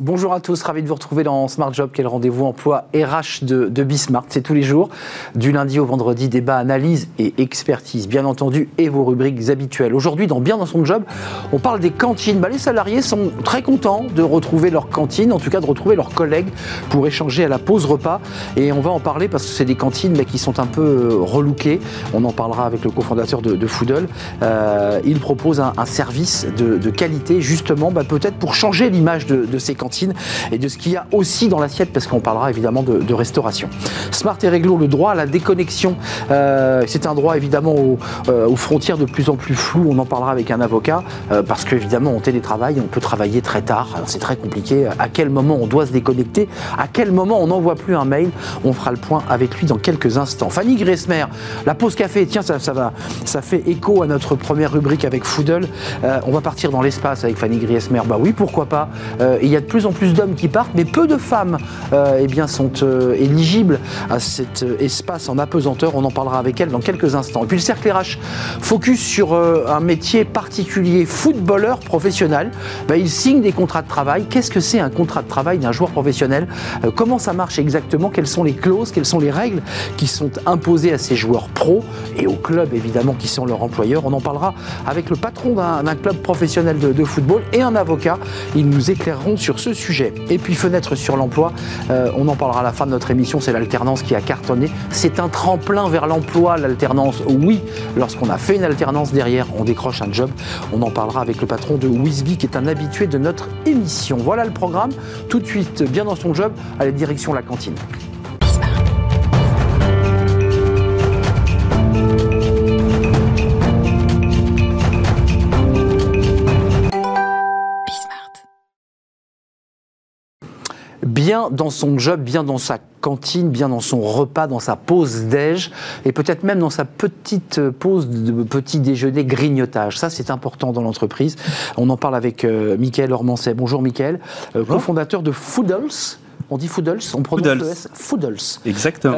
Bonjour à tous, ravi de vous retrouver dans Smart Job, qui est le rendez-vous emploi RH de Bismart. C'est tous les jours, du lundi au vendredi, débat, analyse et expertise, bien entendu, et vos rubriques habituelles. Aujourd'hui, dans Bien dans son job, on parle des cantines. Les salariés sont très contents de retrouver leur cantine, en tout cas de retrouver leurs collègues pour échanger à la pause repas. Et on va en parler parce que c'est des cantines qui sont un peu relookées. On en parlera avec le cofondateur de Foodle. Il propose un service de qualité, justement, peut-être pour changer l'image de ces cantines et de ce qu'il y a aussi dans l'assiette, parce qu'on parlera évidemment de restauration. Smart et Réglo, le droit à la déconnexion, c'est un droit évidemment aux frontières de plus en plus floues. On en parlera avec un avocat, parce qu'évidemment en télétravail, on peut travailler très tard. Alors, c'est très compliqué. À quel moment on doit se déconnecter? À quel moment on n'envoie plus un mail? On fera le point avec lui dans quelques instants. Fanny Griesmer, la pause café, tiens, ça fait écho à notre première rubrique avec Foodle. On va partir dans l'espace avec Fanny Griesmer. Oui, pourquoi pas. Il y a de plus en plus d'hommes qui partent, mais peu de femmes sont éligibles à cet espace en apesanteur. On en parlera avec elle dans quelques instants. Et puis le cercle RH focus sur un métier particulier, footballeur professionnel. Il signe des contrats de travail. Qu'est-ce que c'est un contrat de travail d'un joueur professionnel? Comment ça marche exactement? Quelles sont les clauses? Quelles sont les règles qui sont imposées à ces joueurs pros et aux clubs évidemment qui sont leurs employeurs? On en parlera avec le patron d'un club professionnel de football et un avocat. Ils nous éclaireront sur ce sujet. Et puis fenêtre sur l'emploi, on en parlera à la fin de notre émission. C'est l'alternance qui a cartonné. C'est un tremplin vers l'emploi, l'alternance. Oui, lorsqu'on a fait une alternance, derrière on décroche un job. On en parlera avec le patron de Wizby, qui est un habitué de notre émission. Voilà le programme. Tout de suite, bien dans son job, à la direction la cantine. Bien dans son job, bien dans sa cantine, bien dans son repas, dans sa pause déj et peut-être même dans sa petite pause de petit déjeuner grignotage. Ça, c'est important dans l'entreprise. On en parle avec Mickaël Ormancet. Bonjour Mickaël, cofondateur de Foodles. On dit Foodles, on prononce le S. Foodles. Exactement.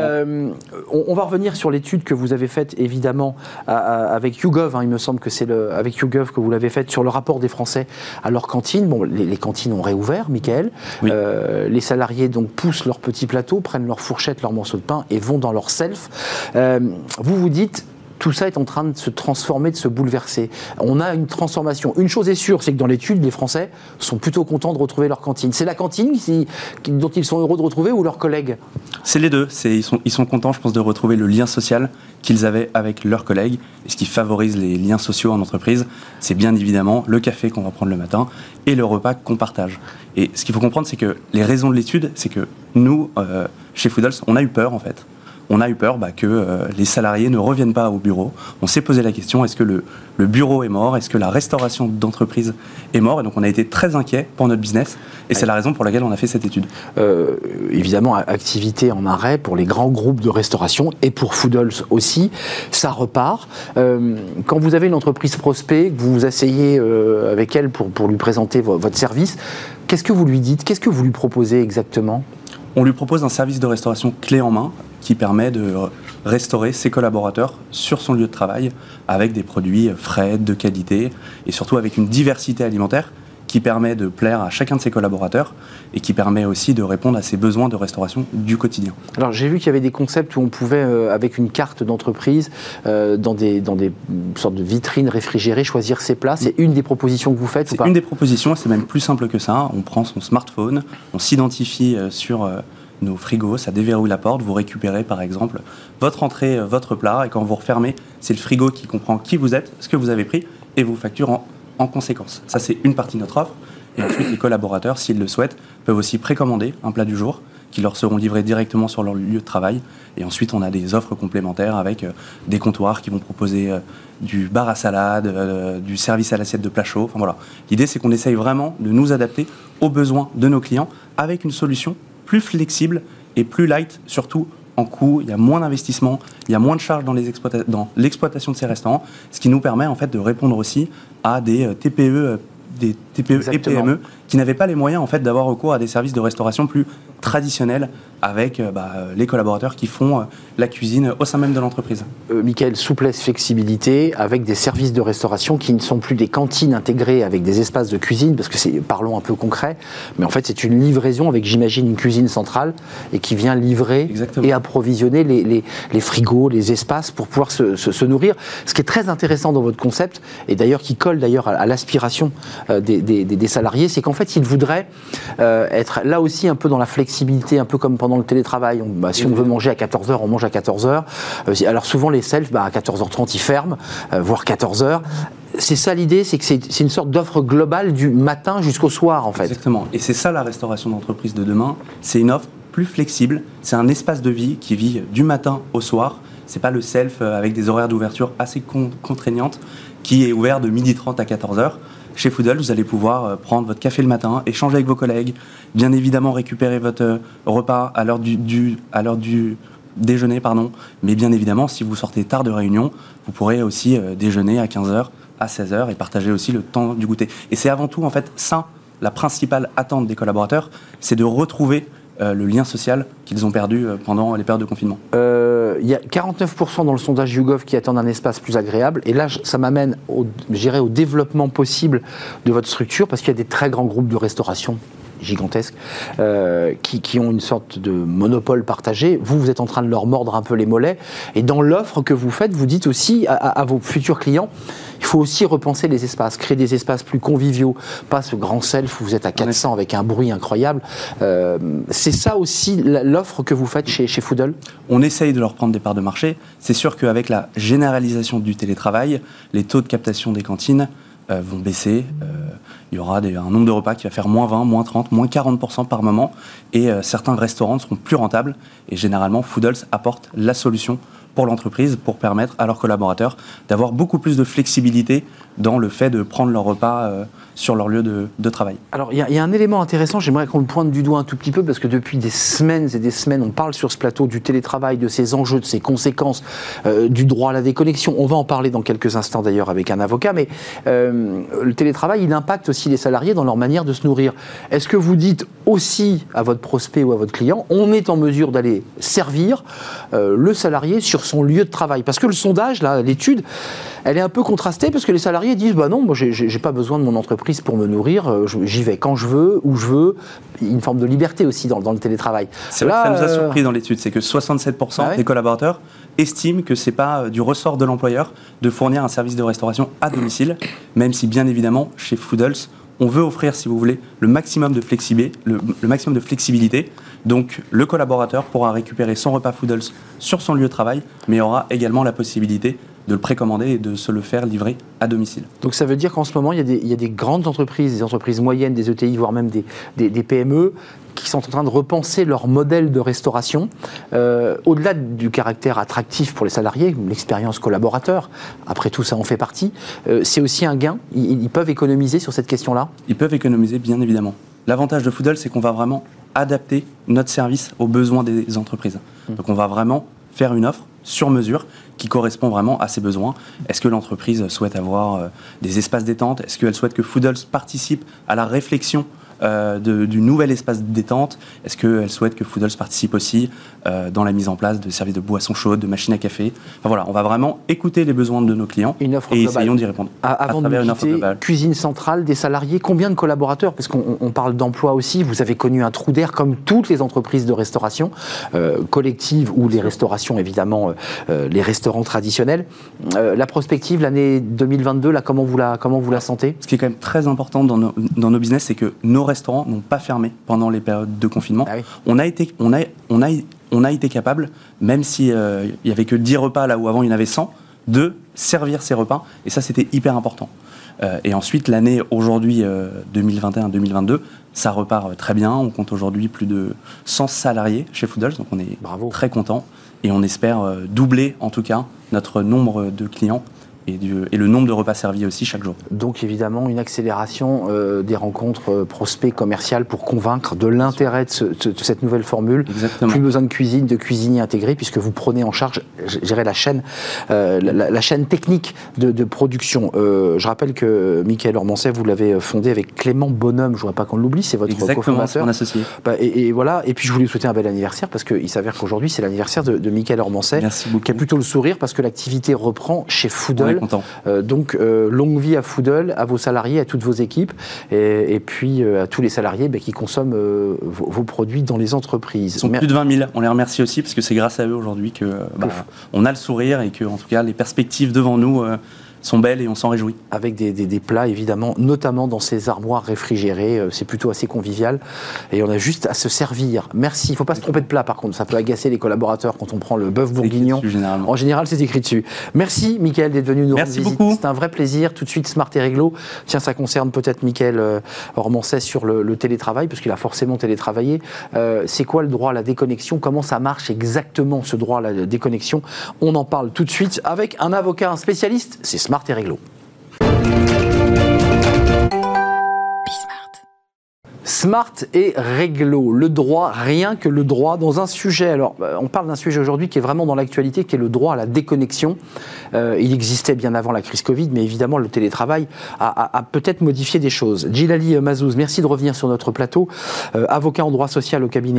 On va revenir sur l'étude que vous avez faite, évidemment, avec YouGov. Il me semble que c'est avec YouGov que vous l'avez faite, sur le rapport des Français à leur cantine. Les cantines ont réouvert, Mickaël. Oui. Les salariés donc poussent leur petit plateau, prennent leur fourchette, leur morceau de pain et vont dans leur self. Vous dites... Tout ça est en train de se transformer, de se bouleverser. On a une transformation. Une chose est sûre, c'est que dans l'étude, les Français sont plutôt contents de retrouver leur cantine. C'est la cantine dont ils sont heureux de retrouver ou leurs collègues? C'est les deux. Ils sont contents, je pense, de retrouver le lien social qu'ils avaient avec leurs collègues. Et ce qui favorise les liens sociaux en entreprise, c'est bien évidemment le café qu'on va prendre le matin et le repas qu'on partage. Et ce qu'il faut comprendre, c'est que les raisons de l'étude, c'est que nous, chez Foodles, on a eu peur, en fait. On a eu peur que les salariés ne reviennent pas au bureau. On s'est posé la question, est-ce que le bureau est mort? Est-ce que la restauration d'entreprise est morte? Et donc on a été très inquiets pour notre business. Et c'est la raison pour laquelle on a fait cette étude. Évidemment, activité en arrêt pour les grands groupes de restauration et pour Foodles aussi. Ça repart. Quand vous avez une entreprise prospect, que vous vous asseyez avec elle pour lui présenter votre service, qu'est-ce que vous lui dites? Qu'est-ce que vous lui proposez exactement? On lui propose un service de restauration clé en main qui permet de restaurer ses collaborateurs sur son lieu de travail avec des produits frais, de qualité et surtout avec une diversité alimentaire qui permet de plaire à chacun de ses collaborateurs et qui permet aussi de répondre à ses besoins de restauration du quotidien. Alors j'ai vu qu'il y avait des concepts où on pouvait, avec une carte d'entreprise, dans des sortes de vitrines réfrigérées, choisir ses plats. C'est une des propositions que vous faites ou pas? C'est une des propositions, c'est même plus simple que ça. On prend son smartphone, on s'identifie sur nos frigos, ça déverrouille la porte, vous récupérez par exemple votre entrée, votre plat, et quand vous refermez, c'est le frigo qui comprend qui vous êtes, ce que vous avez pris, et vous facture en conséquence. Ça, c'est une partie de notre offre. Et ensuite, les collaborateurs, s'ils le souhaitent, peuvent aussi précommander un plat du jour qui leur seront livrés directement sur leur lieu de travail. Et ensuite, on a des offres complémentaires avec des comptoirs qui vont proposer du bar à salade, du service à l'assiette de plat chaud. Enfin, voilà. L'idée, c'est qu'on essaye vraiment de nous adapter aux besoins de nos clients avec une solution plus flexible et plus light, surtout en coût. Il y a moins d'investissement, il y a moins de charges dans l'exploitation de ces restaurants, ce qui nous permet en fait de répondre aussi à des TPE et PME qui n'avaient pas les moyens en fait d'avoir recours à des services de restauration plus traditionnels avec les collaborateurs qui font la cuisine au sein même de l'entreprise. Michael, souplesse, flexibilité, avec des services de restauration qui ne sont plus des cantines intégrées avec des espaces de cuisine, parce que parlons un peu concret, mais en fait c'est une livraison avec, j'imagine, une cuisine centrale et qui vient livrer Exactement. et approvisionner les frigos, les espaces pour pouvoir se nourrir. Ce qui est très intéressant dans votre concept, et d'ailleurs qui colle d'ailleurs à l'aspiration des salariés, c'est qu'en fait ils voudraient être là aussi un peu dans la flexibilité, un peu comme pendant le télétravail. Si on veut manger à 14h, on mange à 14h. Alors souvent les selfs, à 14h30 ils ferment, voire 14h. C'est ça l'idée, c'est que c'est une sorte d'offre globale du matin jusqu'au soir en fait. Exactement, et c'est ça la restauration d'entreprise de demain, c'est une offre plus flexible, c'est un espace de vie qui vit du matin au soir, c'est pas le self avec des horaires d'ouverture assez contraignantes qui est ouvert de 12h30 à 14h. Chez Foodle, vous allez pouvoir prendre votre café le matin, échanger avec vos collègues, bien évidemment récupérer votre repas à l'heure du déjeuner, mais bien évidemment, si vous sortez tard de réunion, vous pourrez aussi déjeuner à 15h, à 16h et partager aussi le temps du goûter. Et c'est avant tout, en fait, ça, la principale attente des collaborateurs, c'est de retrouver le lien social qu'ils ont perdu pendant les périodes de confinement. Il y a 49% dans le sondage YouGov qui attendent un espace plus agréable. Et là, ça m'amène au développement possible de votre structure, parce qu'il y a des très grands groupes de restauration gigantesques qui ont une sorte de monopole partagé. Vous êtes en train de leur mordre un peu les mollets. Et dans l'offre que vous faites, vous dites aussi à vos futurs clients, il faut aussi repenser les espaces, créer des espaces plus conviviaux, pas ce grand self où vous êtes à 400 avec un bruit incroyable. C'est ça aussi l'offre que vous faites chez Foodle ? On essaye de leur prendre des parts de marché. C'est sûr qu'avec la généralisation du télétravail, les taux de captation des cantines vont baisser. Il y aura un nombre de repas qui va faire moins 20, moins 30, moins 40% par moment. Et certains restaurants seront plus rentables. Et généralement, Foodles apporte la solution pour l'entreprise, pour permettre à leurs collaborateurs d'avoir beaucoup plus de flexibilité dans le fait de prendre leur repas sur leur lieu de travail. Alors, il y a un élément intéressant, j'aimerais qu'on le pointe du doigt un tout petit peu, parce que depuis des semaines et des semaines, on parle sur ce plateau du télétravail, de ses enjeux, de ses conséquences, du droit à la déconnexion. On va en parler dans quelques instants d'ailleurs avec un avocat, mais le télétravail, il impacte aussi les salariés dans leur manière de se nourrir. Est-ce que vous dites aussi à votre prospect ou à votre client, on est en mesure d'aller servir le salarié sur son lieu de travail? Parce que le sondage, là, l'étude, elle est un peu contrastée, parce que les salariés disent, non, moi j'ai pas besoin de mon entreprise pour me nourrir, j'y vais quand je veux, où je veux, une forme de liberté aussi dans le télétravail. C'est vrai que ça nous a surpris dans l'étude, c'est que 67% des collaborateurs estiment que c'est pas du ressort de l'employeur de fournir un service de restauration à domicile, même si bien évidemment, chez Foodles, on veut offrir, si vous voulez, le maximum de flexibilité. Donc, le collaborateur pourra récupérer son repas Foodles sur son lieu de travail, mais aura également la possibilité de le précommander et de se le faire livrer à domicile. Donc ça veut dire qu'en ce moment, il y a des grandes entreprises, des entreprises moyennes, des ETI, voire même des PME, qui sont en train de repenser leur modèle de restauration. Au-delà du caractère attractif pour les salariés, l'expérience collaborateur, après tout ça en fait partie, c'est aussi un gain. Ils peuvent économiser sur cette question-là ? Ils peuvent économiser, bien évidemment. L'avantage de Foodle, c'est qu'on va vraiment adapter notre service aux besoins des entreprises. Donc on va vraiment faire une offre sur mesure qui correspond vraiment à ses besoins. Est-ce que l'entreprise souhaite avoir des espaces détente? Est-ce qu'elle souhaite que Foodles participe à la réflexion du nouvel espace de détente? Est-ce qu'elle souhaite que Foodles participe aussi dans la mise en place de services de boissons chaudes, de machines à café? Enfin voilà, on va vraiment écouter les besoins de nos clients et essayons d'y répondre. Avant de nous quitter, cuisine centrale, des salariés, combien de collaborateurs? Parce qu'on parle d'emploi aussi, vous avez connu un trou d'air comme toutes les entreprises de restauration, collectives ou les restaurations évidemment, les restaurants traditionnels. La prospective, l'année 2022, là, comment vous la sentez? Ce qui est quand même très important dans nos business, c'est que nos restaurants n'ont pas fermé pendant les périodes de confinement. Ah oui. On a été capable, même s'il n'y avait que 10 repas là où avant il y en avait 100, de servir ces repas. Et ça, c'était hyper important. Et ensuite, l'année aujourd'hui 2021-2022, ça repart très bien. On compte aujourd'hui plus de 100 salariés chez Foodles, donc on est très content. Et on espère doubler, en tout cas, notre nombre de clients et le nombre de repas servis aussi chaque jour. Donc évidemment une accélération des rencontres prospects commerciales pour convaincre de l'intérêt de cette nouvelle formule. Exactement. Plus besoin de cuisine, de cuisiniers intégrés, puisque vous prenez en charge, la chaîne, la chaîne technique de production. Je rappelle que Michael Ormancet, vous l'avez fondé avec Clément Bonhomme, je ne voudrais pas qu'on l'oublie, c'est votre cofondateur. Mon associé. Et voilà, et puis je voulais vous souhaiter un bel anniversaire, parce qu'il s'avère qu'aujourd'hui c'est l'anniversaire de Michael Ormancet, qui a plutôt le sourire, parce que l'activité reprend chez Foodle. Donc longue vie à Foodle, à vos salariés, à toutes vos équipes, et puis à tous les salariés qui consomment vos produits dans les entreprises. Ils sont plus de 20 000. On les remercie aussi parce que c'est grâce à eux aujourd'hui que on a le sourire et que en tout cas les perspectives devant nous sont belles et on s'en réjouit. Avec des plats évidemment, notamment dans ces armoires réfrigérées, c'est plutôt assez convivial et on a juste à se servir. Merci, il ne faut pas se tromper de plat par contre, ça peut agacer les collaborateurs quand on prend le bœuf bourguignon. En général c'est écrit dessus. Merci Michael d'être venu nous rendre visite. Merci beaucoup. C'est un vrai plaisir. Tout de suite Smart et Réglo. Tiens, ça concerne peut-être Michael Ormancet sur le télétravail, parce qu'il a forcément télétravaillé. C'est quoi le droit à la déconnexion? Comment ça marche exactement ce droit à la déconnexion? On en parle tout de suite avec un avocat, un spécialiste. C'est Smart et Réglo. Smart et Réglo, le droit, rien que le droit dans un sujet. Alors, on parle d'un sujet aujourd'hui qui est vraiment dans l'actualité, qui est le droit à la déconnexion. Il existait bien avant la crise Covid, mais évidemment, le télétravail a peut-être modifié des choses. Djilali Mazzouz, merci de revenir sur notre plateau. Avocat en droit social au cabinet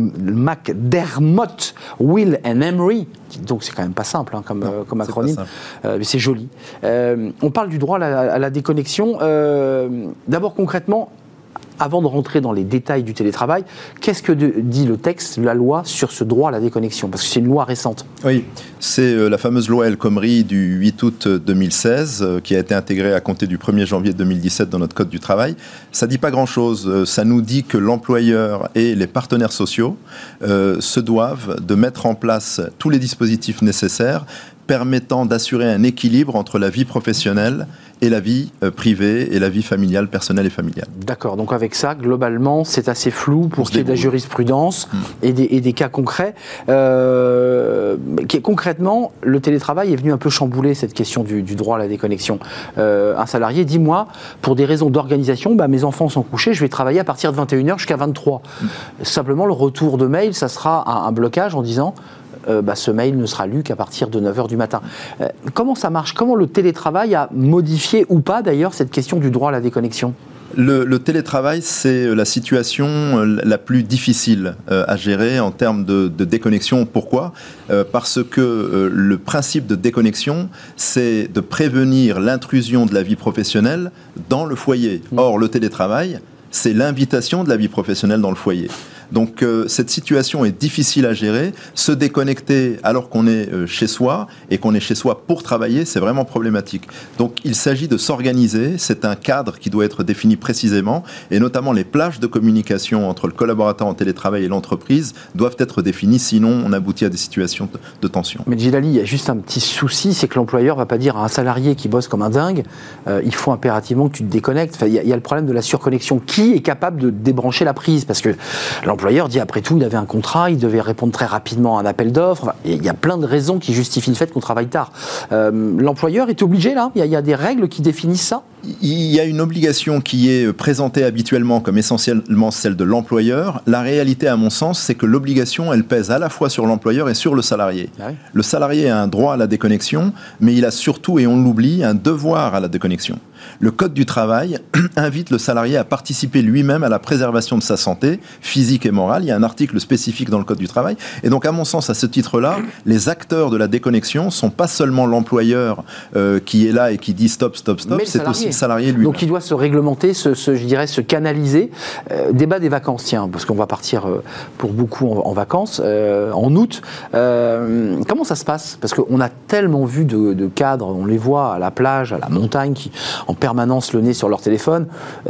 McDermott, Will & Emery. Donc, c'est quand même pas simple comme acronyme, mais c'est joli. On parle du droit à la déconnexion. D'abord, concrètement, avant de rentrer dans les détails du télétravail, qu'est-ce que dit le texte, la loi, sur ce droit à la déconnexion? Parce que c'est une loi récente. Oui, c'est la fameuse loi El Khomri du 8 août 2016 qui a été intégrée à compter du 1er janvier 2017 dans notre Code du travail. Ça ne dit pas grand-chose. Ça nous dit que l'employeur et les partenaires sociaux se doivent de mettre en place tous les dispositifs nécessaires permettant d'assurer un équilibre entre la vie professionnelle et la vie privée et la vie familiale, personnelle et familiale. D'accord, donc avec ça, globalement, c'est assez flou pour ce qui est de la jurisprudence et des cas concrets. Concrètement, le télétravail est venu un peu chambouler cette question du droit à la déconnexion. Un salarié dit, moi, pour des raisons d'organisation, mes enfants sont couchés, je vais travailler à partir de 21h jusqu'à 23h. Simplement, le retour de mail, ça sera un blocage en disant... ce mail ne sera lu qu'à partir de 9h du matin. Comment ça marche? Comment le télétravail a modifié ou pas d'ailleurs cette question du droit à la déconnexion? Le télétravail, c'est la situation la plus difficile à gérer en termes de déconnexion. Pourquoi? Parce que le principe de déconnexion, c'est de prévenir l'intrusion de la vie professionnelle dans le foyer. Or, le télétravail, c'est l'invitation de la vie professionnelle dans le foyer. Donc cette situation est difficile à gérer. Se déconnecter alors qu'on est chez soi et qu'on est chez soi pour travailler, c'est vraiment problématique. Donc il s'agit de s'organiser. C'est un cadre qui doit être défini précisément, et notamment les plages de communication entre le collaborateur en télétravail et l'entreprise doivent être définies, sinon on aboutit à des situations de tension. Mais Djilali, il y a juste un petit souci, c'est que l'employeur ne va pas dire à un salarié qui bosse comme un dingue, il faut impérativement que tu te déconnectes. Enfin, il y a le problème de la surconnexion. Qui est capable de débrancher la prise? Parce que l'employeur dit, après tout, il avait un contrat, il devait répondre très rapidement à un appel d'offres. Enfin, il y a plein de raisons qui justifient le fait qu'on travaille tard. L'employeur est obligé, là? Il y a des règles qui définissent ça? Il y a une obligation qui est présentée habituellement comme essentiellement celle de l'employeur. La réalité, à mon sens, c'est que l'obligation, elle pèse à la fois sur l'employeur et sur le salarié. Ah oui. Le salarié a un droit à la déconnexion, mais il a surtout, et on l'oublie, un devoir à la déconnexion. Le Code du travail invite le salarié à participer lui-même à la préservation de sa santé physique et morale. Il y a un article spécifique dans le Code du travail. Et donc, à mon sens, à ce titre-là, les acteurs de la déconnexion ne sont pas seulement l'employeur qui est là et qui dit stop, stop, stop, c'est aussi le salarié lui-même. Donc, il doit se réglementer, se canaliser. Débat des vacances, tiens, parce qu'on va partir pour beaucoup en vacances en août. Comment ça se passe? Parce qu'on a tellement vu de cadres, on les voit à la plage, à la montagne, qui en permanence le nez sur leur téléphone,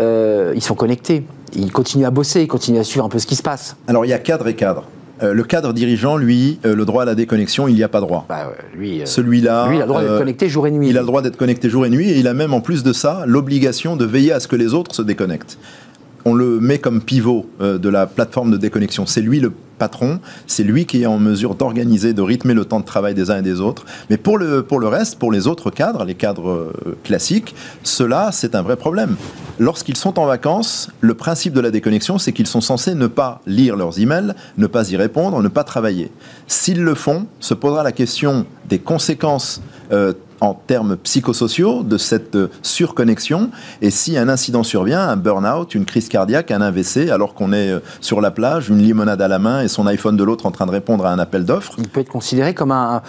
ils sont connectés. Ils continuent à bosser, ils continuent à suivre un peu ce qui se passe. Alors il y a cadre et cadre. Le cadre dirigeant, lui, le droit à la déconnexion, il n'y a pas droit. Celui-là, lui, il a le droit d'être connecté jour et nuit. Il a le droit d'être connecté jour et nuit, et il a même, en plus de ça, l'obligation de veiller à ce que les autres se déconnectent. on le met comme pivot de la plateforme de déconnexion. C'est lui le patron, c'est lui qui est en mesure d'organiser, de rythmer le temps de travail des uns et des autres. Mais pour le reste, pour les autres cadres, les cadres classiques, cela, c'est un vrai problème. Lorsqu'ils sont en vacances, le principe de la déconnexion, c'est qu'ils sont censés ne pas lire leurs emails, ne pas y répondre, ne pas travailler. S'ils le font, se posera la question des conséquences en termes psychosociaux de cette surconnexion, et si un incident survient, un burn-out, une crise cardiaque, un AVC, alors qu'on est sur la plage, une limonade à la main et son iPhone de l'autre en train de répondre à un appel d'offres. Il peut être considéré comme un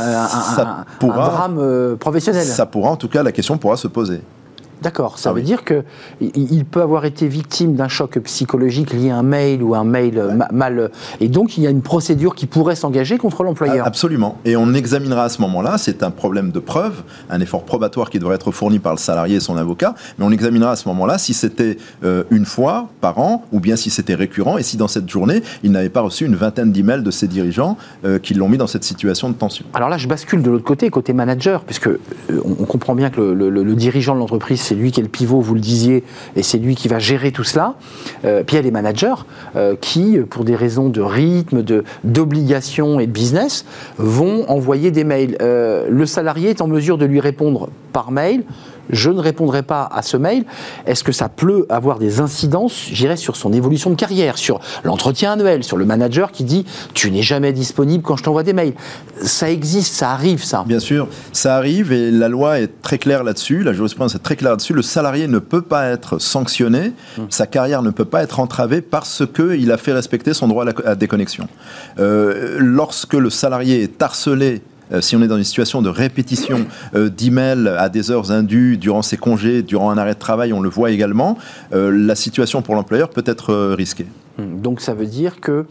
drame professionnel. Ça pourra, en tout cas, la question pourra se poser. D'accord, ça veut dire qu'il peut avoir été victime d'un choc psychologique lié à un mail ou un mail mal... Et donc, il y a une procédure qui pourrait s'engager contre l'employeur. Absolument. Et on examinera à ce moment-là, c'est un problème de preuve, un effort probatoire qui devrait être fourni par le salarié et son avocat, mais on examinera à ce moment-là si c'était une fois par an ou bien si c'était récurrent et si dans cette journée, il n'avait pas reçu une vingtaine d'emails de ses dirigeants qui l'ont mis dans cette situation de tension. Alors là, je bascule de l'autre côté manager, puisque on comprend bien que le dirigeant de l'entreprise, c'est lui qui est le pivot, vous le disiez, et c'est lui qui va gérer tout cela. Puis il y a les managers qui, pour des raisons de rythme, d'obligation et de business, vont envoyer des mails. Le salarié est en mesure de lui répondre par mail. Je ne répondrai pas à ce mail. Est-ce que ça peut avoir des incidences, je dirais, sur son évolution de carrière, sur l'entretien annuel, sur le manager qui dit « tu n'es jamais disponible quand je t'envoie des mails ». Ça existe, ça arrive, ça. Bien sûr, ça arrive et la loi est très claire là-dessus, la jurisprudence est très claire là-dessus. Le salarié ne peut pas être sanctionné, sa carrière ne peut pas être entravée parce qu'il a fait respecter son droit à la déconnexion. Lorsque le salarié est harcelé, si on est dans une situation de répétition d'emails à des heures indues durant ses congés, durant un arrêt de travail, on le voit également, la situation pour l'employeur peut être risquée. Donc ça veut dire que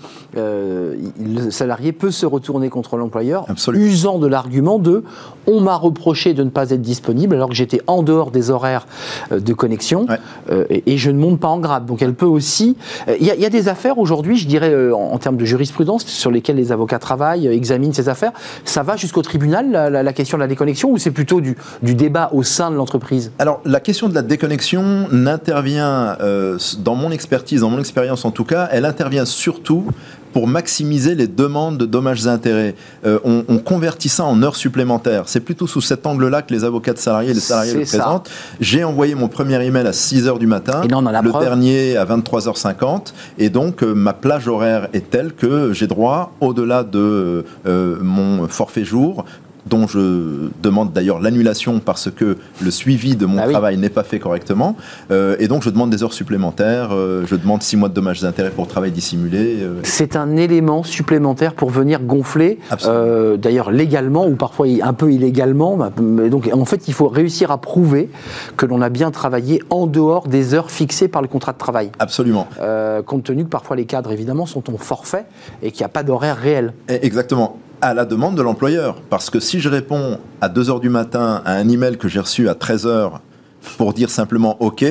le salarié peut se retourner contre l'employeur, usant de l'argument de « on m'a reproché de ne pas être disponible alors que j'étais en dehors des horaires de connexion et je ne monte pas en grade ». Donc elle peut aussi... Il y a des affaires aujourd'hui, je dirais, en termes de jurisprudence, sur lesquelles les avocats travaillent, examinent ces affaires. Ça va jusqu'au tribunal, la question de la déconnexion, ou c'est plutôt du débat au sein de l'entreprise? Alors la question de la déconnexion n'intervient, dans mon expertise, dans mon expérience en tout cas, elle intervient surtout pour maximiser les demandes de dommages et intérêts. On convertit ça en heures supplémentaires. C'est plutôt sous cet angle-là que les avocats de salariés et les salariés le présentent. J'ai envoyé mon premier email à 6h du matin, le dernier à 23h50, et donc ma plage horaire est telle que j'ai droit, au-delà de mon forfait jour, dont je demande d'ailleurs l'annulation parce que le suivi de mon travail n'est pas fait correctement. Et donc je demande des heures supplémentaires, je demande 6 mois de dommages et intérêts pour travail dissimulé. C'est un élément supplémentaire pour venir gonfler, d'ailleurs légalement ou parfois un peu illégalement. Donc en fait, il faut réussir à prouver que l'on a bien travaillé en dehors des heures fixées par le contrat de travail. Absolument. Compte tenu que parfois les cadres, évidemment, sont en forfait et qu'il n'y a pas d'horaire réel. Exactement. À la demande de l'employeur. Parce que si je réponds à 2h du matin à un email que j'ai reçu à 13h pour dire simplement OK,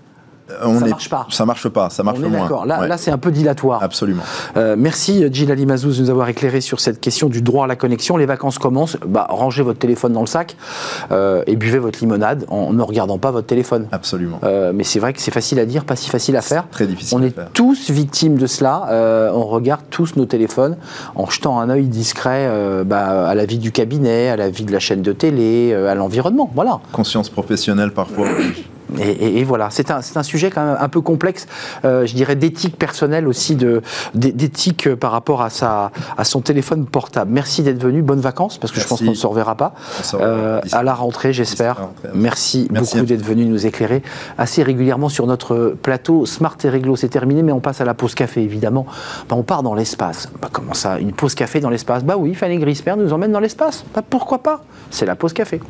ça marche pas, ça marche moins. D'accord. Là, c'est un peu dilatoire. Absolument. Merci Djilali Mazzouz de nous avoir éclairé sur cette question du droit à la connexion. Les vacances commencent. Rangez votre téléphone dans le sac et buvez votre limonade en ne regardant pas votre téléphone. Absolument. Mais c'est vrai que c'est facile à dire, pas si facile à faire. Très difficile. On est tous victimes de cela. On regarde tous nos téléphones en jetant un œil discret à la vie du cabinet, à la vie de la chaîne de télé, à l'environnement. Voilà. Conscience professionnelle parfois. Et voilà, c'est un sujet quand même un peu complexe, je dirais d'éthique personnelle aussi, d'éthique par rapport à son téléphone portable. Merci d'être venu, bonnes vacances, parce que je pense qu'on ne se reverra pas. À la rentrée, j'espère. Merci beaucoup d'être venu nous éclairer assez régulièrement sur notre plateau. Smart et Réglo, c'est terminé, mais on passe à la pause café, évidemment. On part dans l'espace. Comment ça, une pause café dans l'espace? Oui, Fanny Griesmer nous emmène dans l'espace. Pourquoi pas? C'est la pause café.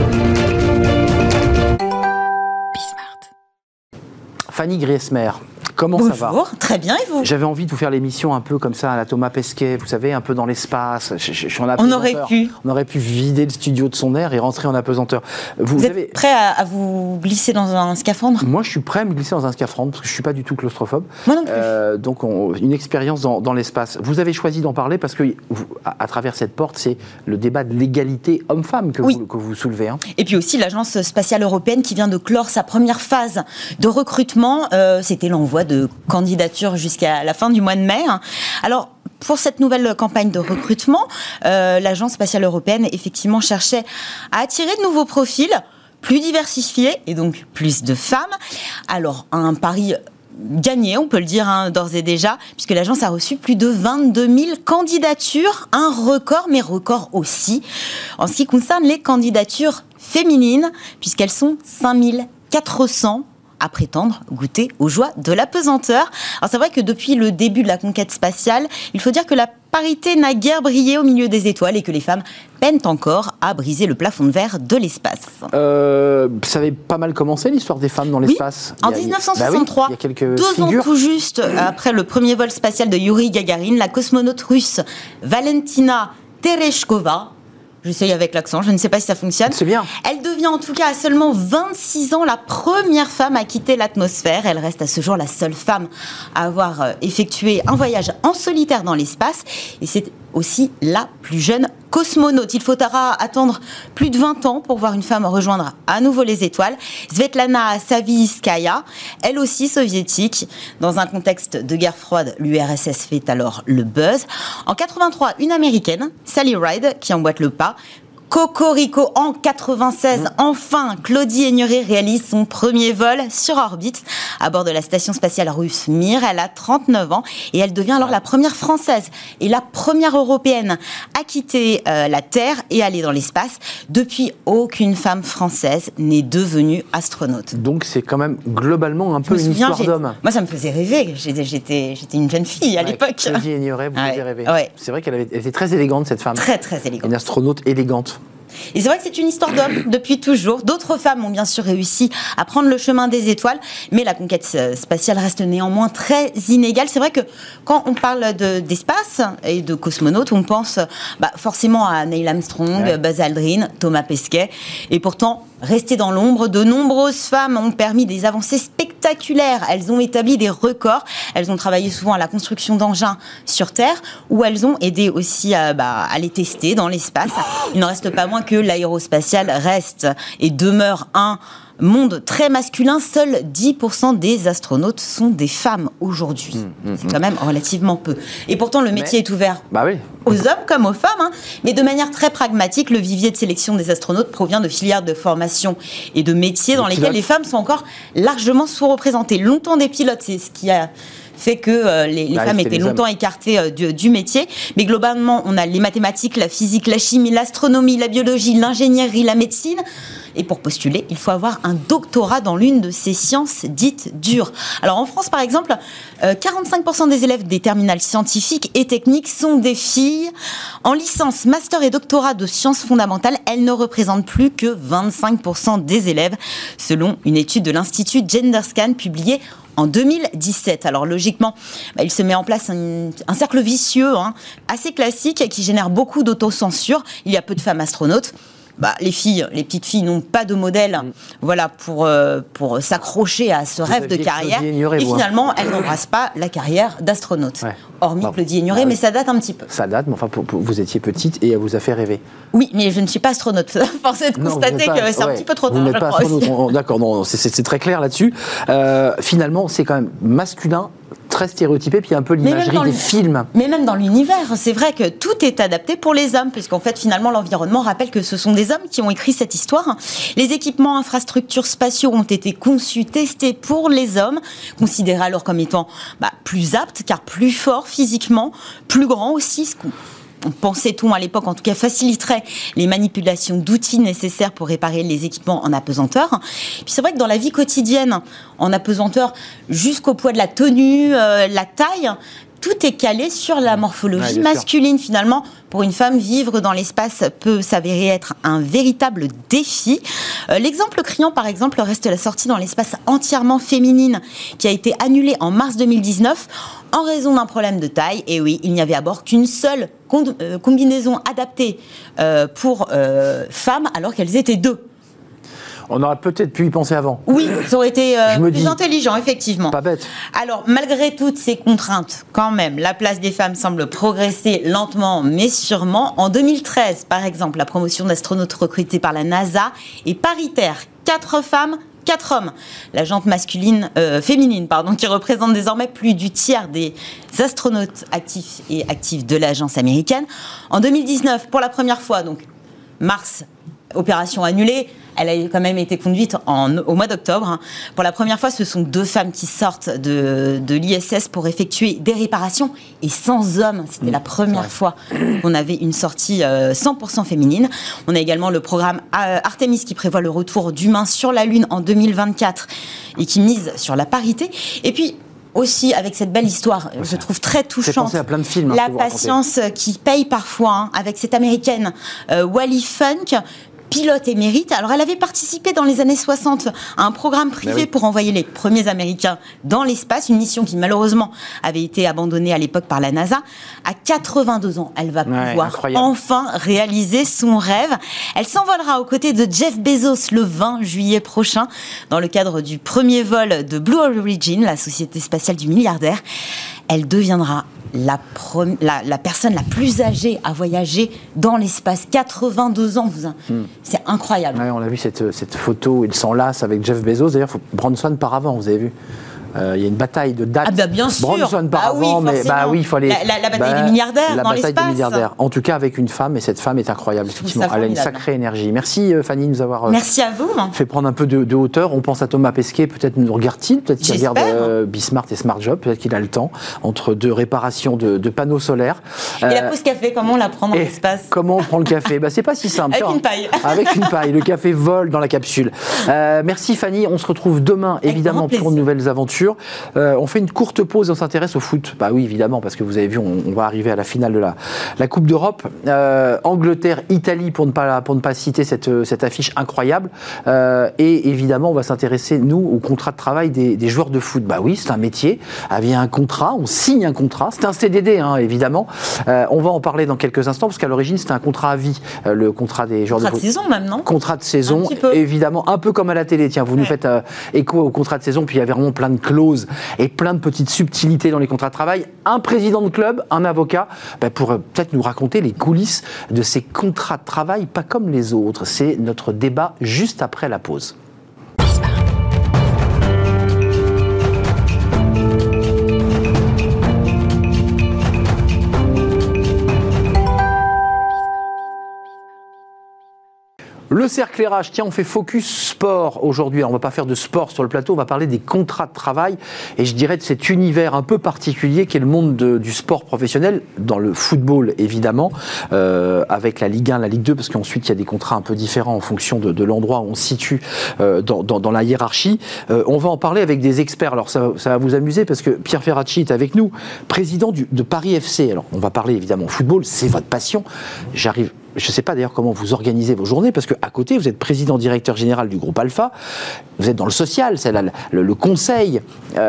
Fanny Griesmer, Comment ça va ? Bonjour, très bien, et vous ? J'avais envie de vous faire l'émission un peu comme ça à la Thomas Pesquet, vous savez, un peu dans l'espace. On aurait pu vider le studio de son air et rentrer en apesanteur. Vous êtes prêt à vous glisser dans un scaphandre ? Moi, je suis prêt à me glisser dans un scaphandre parce que je ne suis pas du tout claustrophobe. Moi non plus. Donc, une expérience dans l'espace. Vous avez choisi d'en parler parce que, à travers cette porte, c'est le débat de l'égalité homme-femme que vous soulevez. Hein. Et puis aussi l'Agence spatiale européenne qui vient de clore sa première phase de recrutement. C'était l'envoi de candidatures jusqu'à la fin du mois de mai. Alors, pour cette nouvelle campagne de recrutement, l'Agence spatiale européenne, effectivement, cherchait à attirer de nouveaux profils plus diversifiés et donc plus de femmes. Alors, un pari gagné, on peut le dire d'ores et déjà, puisque l'agence a reçu plus de 22 000 candidatures, un record, mais record aussi en ce qui concerne les candidatures féminines, puisqu'elles sont 5 400 à prétendre goûter aux joies de l'apesanteur. Alors c'est vrai que depuis le début de la conquête spatiale, il faut dire que la parité n'a guère brillé au milieu des étoiles et que les femmes peinent encore à briser le plafond de verre de l'espace. Ça avait pas mal commencé l'histoire des femmes dans l'espace. En 1963, il y a quelques 2 ans tout juste après le premier vol spatial de Yuri Gagarin, la cosmonaute russe Valentina Tereshkova, j'essaye avec l'accent, je ne sais pas si ça fonctionne. C'est bien. Elle devient en tout cas à seulement 26 ans la première femme à quitter l'atmosphère. Elle reste à ce jour la seule femme à avoir effectué un voyage en solitaire dans l'espace. Et c'est aussi la plus jeune cosmonaute. Il faudra attendre plus de 20 ans pour voir une femme rejoindre à nouveau les étoiles. Svetlana Savitskaya, elle aussi soviétique. Dans un contexte de guerre froide, l'URSS fait alors le buzz. En 83, une américaine, Sally Ride, qui emboîte le pas. Cocorico en 96, enfin, Claudie Aigneret réalise son premier vol sur orbite à bord de la station spatiale russe Mir. Elle a 39 ans et elle devient alors la première française et la première européenne à quitter la Terre et aller dans l'espace. Depuis, aucune femme française n'est devenue astronaute. Donc c'est quand même globalement un peu une histoire d'homme. Moi, ça me faisait rêver. J'étais une jeune fille à l'époque. Claudie Aigneret, vous faisiez rêver. Ouais. C'est vrai qu'elle était très élégante, cette femme. Très, très élégante. Une astronaute élégante. Et c'est vrai que c'est une histoire d'homme depuis toujours. D'autres femmes ont bien sûr réussi à prendre le chemin des étoiles, mais la conquête spatiale reste néanmoins très inégale. C'est vrai que quand on parle d'espace et de cosmonautes, on pense forcément à Neil Armstrong, Buzz Aldrin, Thomas Pesquet. Et pourtant, restées dans l'ombre, de nombreuses femmes ont permis des avancées spectaculaires. Elles ont établi des records. Elles ont travaillé souvent à la construction d'engins sur Terre, où elles ont aidé aussi à les tester dans l'espace. Il n'en reste pas moins que l'aérospatiale reste et demeure un monde très masculin. Seuls 10% des astronautes sont des femmes aujourd'hui. C'est quand même relativement peu. Et pourtant, le métier est ouvert aux hommes comme aux femmes. Mais de manière très pragmatique, le vivier de sélection des astronautes provient de filières de formation et de métiers dans lesquels les femmes sont encore largement sous-représentées. Longtemps des pilotes, c'est ce qui a fait que les femmes étaient longtemps écartées du métier. Mais globalement, on a les mathématiques, la physique, la chimie, l'astronomie, la biologie, l'ingénierie, la médecine. Et pour postuler, il faut avoir un doctorat dans l'une de ces sciences dites dures. Alors en France, par exemple, 45% des élèves des terminales scientifiques et techniques sont des filles. En licence, master et doctorat de sciences fondamentales, elles ne représentent plus que 25% des élèves, selon une étude de l'Institut GenderScan publiée en 2017. Alors logiquement, il se met en place un cercle vicieux assez classique qui génère beaucoup d'autocensure. Il y a peu de femmes astronautes. Les petites filles n'ont pas de modèle pour s'accrocher à ce rêve de carrière. Et finalement, elles n'embrassent pas la carrière d'astronaute. Hormis Claudie Aigneret, mais ça date un petit peu. Ça date, mais enfin, vous étiez petite et elle vous a fait rêver. Oui, mais je ne suis pas astronaute. Force est de constater que c'est un petit peu trop tard, je crois aussi. D'accord, non, c'est très clair là-dessus. Finalement, c'est quand même masculin, très stéréotypé, puis un peu l'imagerie des films. Mais même dans l'univers, c'est vrai que tout est adapté pour les hommes, puisqu'en fait, finalement, l'environnement rappelle que ce sont des hommes qui ont écrit cette histoire. Les équipements, infrastructures spatiaux ont été conçus, testés pour les hommes, considérés alors comme étant plus aptes, car plus forts physiquement, plus grands aussi, on pensait-on à l'époque, en tout cas, faciliterait les manipulations d'outils nécessaires pour réparer les équipements en apesanteur. Puis c'est vrai que dans la vie quotidienne, en apesanteur, jusqu'au poids de la tenue, la taille, tout est calé sur la morphologie Ouais, masculine finalement. Pour une femme, vivre dans l'espace peut s'avérer être un véritable défi. L'exemple criant, par exemple, reste la sortie dans l'espace entièrement féminine qui a été annulée en mars 2019 en raison d'un problème de taille. Et oui, il n'y avait à bord qu'une seule combinaison adaptée pour femmes alors qu'elles étaient 2. On aurait peut-être pu y penser avant. Oui, ça aurait été plus intelligent, effectivement. Pas bête. Alors, malgré toutes ces contraintes, quand même, la place des femmes semble progresser lentement, mais sûrement. En 2013, par exemple, la promotion d'astronautes recrutés par la NASA est paritaire. 4 femmes, 4 hommes. La jante féminine, qui représente désormais plus du tiers des astronautes actifs et actives de l'agence américaine. En 2019, pour la première fois, donc mars, opération annulée, elle a quand même été conduite au mois d'octobre. Pour la première fois, ce sont 2 femmes qui sortent de l'ISS pour effectuer des réparations et sans hommes. C'était la première fois qu'on avait une sortie 100% féminine. On a également le programme Artemis qui prévoit le retour d'humains sur la Lune en 2024 et qui mise sur la parité. Et puis, aussi, avec cette belle histoire, je trouve très touchante, à plein de films, la patience qui paye parfois, avec cette américaine Wally Funk, pilote émérite. Alors, elle avait participé dans les années 60 à un programme privé pour envoyer les premiers Américains dans l'espace, une mission qui malheureusement avait été abandonnée à l'époque par la NASA. À 82 ans, elle va pouvoir enfin réaliser son rêve. Elle s'envolera aux côtés de Jeff Bezos le 20 juillet prochain dans le cadre du premier vol de Blue Origin, la société spatiale du milliardaire. Elle deviendra la personne la plus âgée à voyager dans l'espace. 82 ans, c'est incroyable. Ouais, on a vu cette photo où il s'enlace avec Jeff Bezos. D'ailleurs, Branson par avant, vous avez vu. Il y a une bataille de dates. Ah bah bien sûr. Branson par avant, mais il faut aller. La bataille des milliardaires la dans bataille l'espace. des milliardaires. En tout cas, avec une femme, et cette femme est incroyable. Effectivement, elle a une sacrée énergie. Merci Fanny de nous avoir. Merci à vous. Fait prendre un peu de hauteur. On pense à Thomas Pesquet. Peut-être nous regarde-t-il. Peut-être qu'il regarde Bismart et Smart Job. Peut-être qu'il a le temps entre 2 réparations de panneaux solaires. Et la pause café, comment on la prend dans l'espace? Comment on prend le café? C'est pas si simple. Avec une paille. Avec une paille. Le café vole dans la capsule. Merci Fanny. On se retrouve demain, évidemment, pour de nouvelles aventures. On fait une courte pause et on s'intéresse au foot. Oui, évidemment, parce que vous avez vu, on va arriver à la finale de la Coupe d'Europe. Angleterre-Italie, pour ne pas citer cette affiche incroyable. Et évidemment, on va s'intéresser, nous, au contrat de travail des joueurs de foot. Oui, c'est un métier. Il y a un contrat, on signe un contrat. C'est un CDD, évidemment. On va en parler dans quelques instants, parce qu'à l'origine, c'était un contrat à vie, le contrat des joueurs de foot. Contrat de saison, même, non? Contrat de saison, évidemment, un peu comme à la télé. Tiens, vous nous faites écho au contrat de saison, puis il y avait vraiment plein de clauses et plein de petites subtilités dans les contrats de travail. Un président de club, un avocat, pour peut-être nous raconter les coulisses de ces contrats de travail pas comme les autres. C'est notre débat juste après la pause. Le cercle RH, tiens, on fait focus sport aujourd'hui. Alors, on ne va pas faire de sport sur le plateau, on va parler des contrats de travail et je dirais de cet univers un peu particulier qui est le monde du sport professionnel, dans le football évidemment, avec la Ligue 1, la Ligue 2, parce qu'ensuite il y a des contrats un peu différents en fonction de l'endroit où on se situe dans la hiérarchie. On va en parler avec des experts. Alors ça va vous amuser parce que Pierre Ferracci est avec nous, président de Paris FC. Alors on va parler évidemment football, c'est votre passion. Je ne sais pas d'ailleurs comment vous organisez vos journées, parce qu'à côté, vous êtes président-directeur général du groupe Alpha, vous êtes dans le social, c'est le conseil.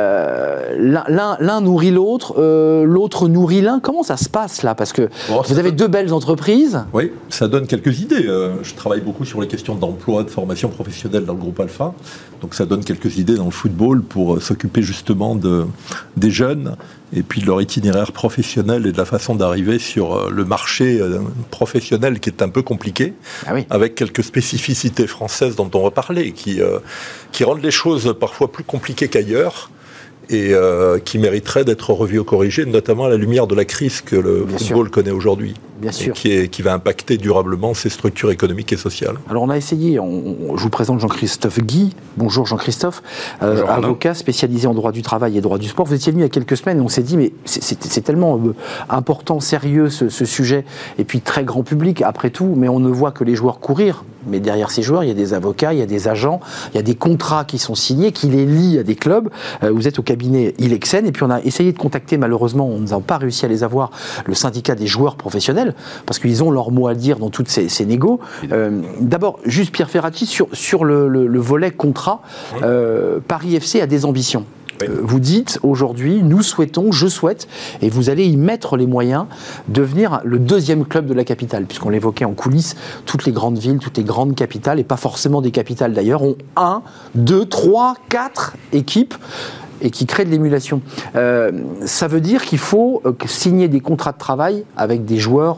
L'un nourrit l'autre, l'autre nourrit l'un. Comment ça se passe là? Parce que vous avez 2 belles entreprises. Oui, ça donne quelques idées. Je travaille beaucoup sur les questions d'emploi, de formation professionnelle dans le groupe Alpha. Donc ça donne quelques idées dans le football pour s'occuper justement des jeunes et puis de leur itinéraire professionnel et de la façon d'arriver sur le marché professionnel qui est un peu compliqué, avec quelques spécificités françaises dont on va parler, qui rendent les choses parfois plus compliquées qu'ailleurs et qui mériteraient d'être revues ou corrigées, notamment à la lumière de la crise que le football connaît aujourd'hui. Bien sûr. Qui va impacter durablement ses structures économiques et sociales. Alors on a essayé, je vous présente Jean-Christophe Guy. Bonjour Jean-Christophe, avocat spécialisé en droit du travail et droit du sport. Vous étiez venu il y a quelques semaines et on s'est dit mais c'est tellement important, sérieux ce sujet, et puis très grand public après tout, mais on ne voit que les joueurs courir. mais derrière ces joueurs, il y a des avocats, il y a des agents, il y a des contrats qui sont signés, qui les lient à des clubs. Vous êtes au cabinet Ilexen, et puis on a essayé de contacter, malheureusement, on n'a pas réussi à les avoir, le syndicat des joueurs professionnels, parce qu'ils ont leur mot à dire dans toutes ces négos. D'abord, juste Pierre Ferracci, sur le volet contrat, Paris FC a des ambitions. Vous dites aujourd'hui, je souhaite, et vous allez y mettre les moyens, devenir le deuxième club de la capitale, puisqu'on l'évoquait en coulisses, toutes les grandes villes, toutes les grandes capitales, et pas forcément des capitales d'ailleurs, ont 1, 2, 3, 4 équipes et qui créent de l'émulation. Ça veut dire qu'il faut signer des contrats de travail avec des joueurs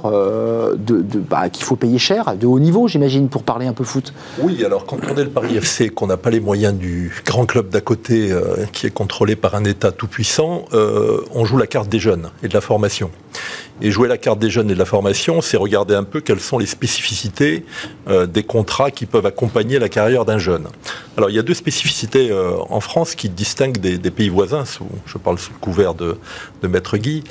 qu'il faut payer cher, de haut niveau, j'imagine, pour parler un peu foot. Oui, alors quand on est le Paris FC, qu'on n'a pas les moyens du grand club d'à côté, qui est contrôlé par un État tout-puissant, on joue la carte des jeunes et de la formation. Et jouer la carte des jeunes et de la formation, c'est regarder un peu quelles sont les spécificités des contrats qui peuvent accompagner la carrière d'un jeune. Alors, il y a 2 spécificités en France qui distinguent des pays voisins, je parle sous le couvert de Maître Guy.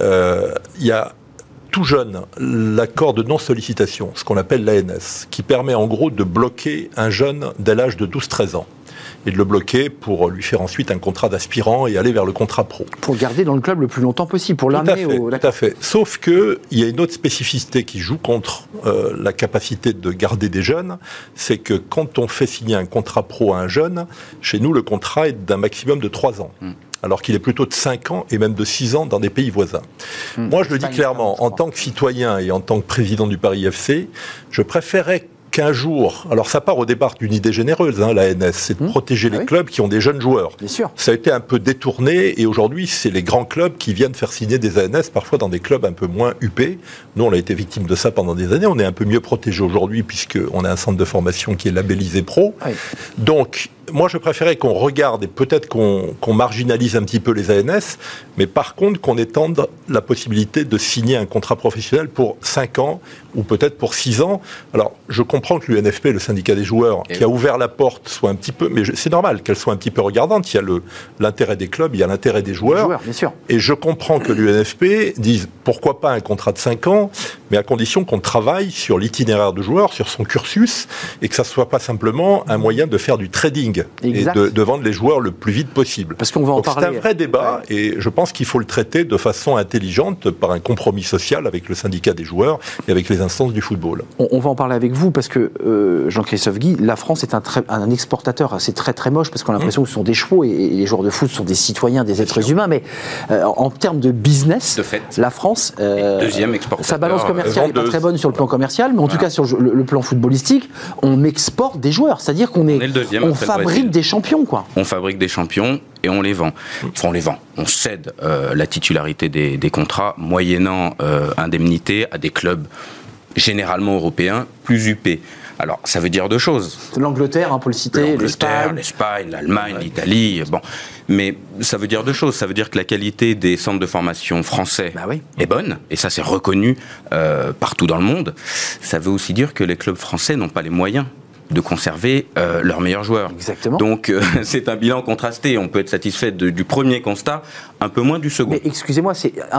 Il y a tout jeune l'accord de non-sollicitation, ce qu'on appelle l'ANS, qui permet en gros de bloquer un jeune dès l'âge de 12-13 ans. Et de le bloquer pour lui faire ensuite un contrat d'aspirant et aller vers le contrat pro. Pour le garder dans le club le plus longtemps possible, pour l'amener au... Tout à fait. Sauf qu'il y a une autre spécificité qui joue contre la capacité de garder des jeunes, c'est que quand on fait signer un contrat pro à un jeune, chez nous le contrat est d'un maximum de 3 ans. Alors qu'il est plutôt de 5 ans et même de 6 ans dans des pays voisins. Moi, je le dis clairement, en tant que citoyen et en tant que président du Paris FC, je préférerais qu'un jour, alors ça part au départ d'une idée généreuse, l'ANS, c'est de protéger les clubs qui ont des jeunes joueurs. Bien sûr. Ça a été un peu détourné et aujourd'hui, c'est les grands clubs qui viennent faire signer des ANS, parfois dans des clubs un peu moins huppés. Nous, on a été victime de ça pendant des années. On est un peu mieux protégés aujourd'hui puisqu'on a un centre de formation qui est labellisé pro. Oui. Donc, moi, je préférais qu'on regarde et peut-être qu'on marginalise un petit peu les ANS, mais par contre qu'on étende la possibilité de signer un contrat professionnel pour 5 ans ou peut-être pour 6 ans. Alors, je comprends que l'UNFP, le syndicat des joueurs, qui a ouvert la porte, soit un petit peu... Mais c'est normal qu'elle soit un petit peu regardante. Il y a l'intérêt des clubs, il y a l'intérêt des joueurs. Bien sûr. Et je comprends que l'UNFP dise pourquoi pas un contrat de 5 ans, mais à condition qu'on travaille sur l'itinéraire de joueur, sur son cursus, et que ça ne soit pas simplement un moyen de faire du trading. Exact. Et de vendre les joueurs le plus vite possible. Parce qu'on va en parler. C'est un vrai débat et je pense qu'il faut le traiter de façon intelligente par un compromis social avec le syndicat des joueurs et avec les instances du football. On va en parler avec vous parce que Jean-Christophe Guy, la France est un exportateur. C'est très très moche parce qu'on a l'impression que ce sont des chevaux et les joueurs de foot sont des citoyens, des êtres humains. Mais en termes de business, de fait, la France, deuxième exportateur. Sa balance commerciale n'est pas très bonne sur le plan commercial, mais en tout cas sur le plan footballistique, on exporte des joueurs. C'est-à-dire qu'on on fabrique des champions, quoi. On fabrique des champions et on les vend. Enfin, on les vend. On cède la titularité des contrats moyennant indemnité à des clubs généralement européens plus huppés. Alors, ça veut dire deux choses. L'Angleterre, pour le citer, l'Espagne, l'Allemagne, l'Italie. Bon, mais ça veut dire deux choses. Ça veut dire que la qualité des centres de formation français est bonne, et ça c'est reconnu partout dans le monde. Ça veut aussi dire que les clubs français n'ont pas les moyens de conserver leurs meilleurs joueurs. Exactement. Donc c'est un bilan contrasté. On peut être satisfait du premier constat, un peu moins du second. Mais excusez-moi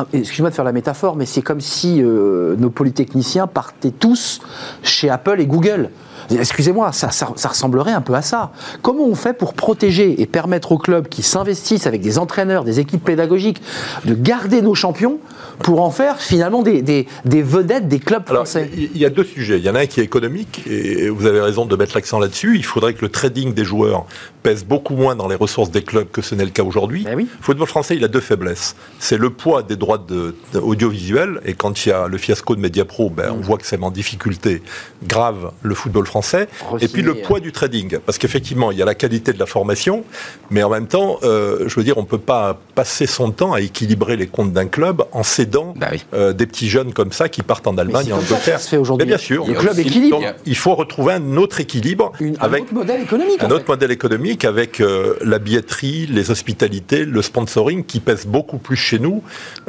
de faire la métaphore, mais c'est comme si nos polytechniciens partaient tous chez Apple et Google. Excusez-moi, ça ressemblerait un peu à ça. Comment on fait pour protéger et permettre aux clubs qui s'investissent avec des entraîneurs, des équipes pédagogiques, de garder nos champions pour en faire finalement des vedettes des clubs français? Alors, il y a deux sujets. Il y en a un qui est économique, et vous avez raison de mettre l'accent là-dessus. Il faudrait que le trading des joueurs pèse beaucoup moins dans les ressources des clubs que ce n'est le cas aujourd'hui. Ben oui. Le football français, il a deux faiblesses. C'est le poids des droits audiovisuels, et quand il y a le fiasco de Mediapro, on voit que c'est en difficulté grave le football français. Et puis le poids du trading, parce qu'effectivement, il y a la qualité de la formation, mais en même temps, je veux dire, on ne peut pas passer son temps à équilibrer les comptes d'un club en cédant des petits jeunes comme ça qui partent en Allemagne et en Angleterre. Ça se fait aujourd'hui. Mais bien sûr. Le club équilibre. Donc, il faut retrouver un autre équilibre, un autre modèle économique. Un autre modèle économique avec la billetterie, les hospitalités, le sponsoring qui pèse beaucoup plus chez nous,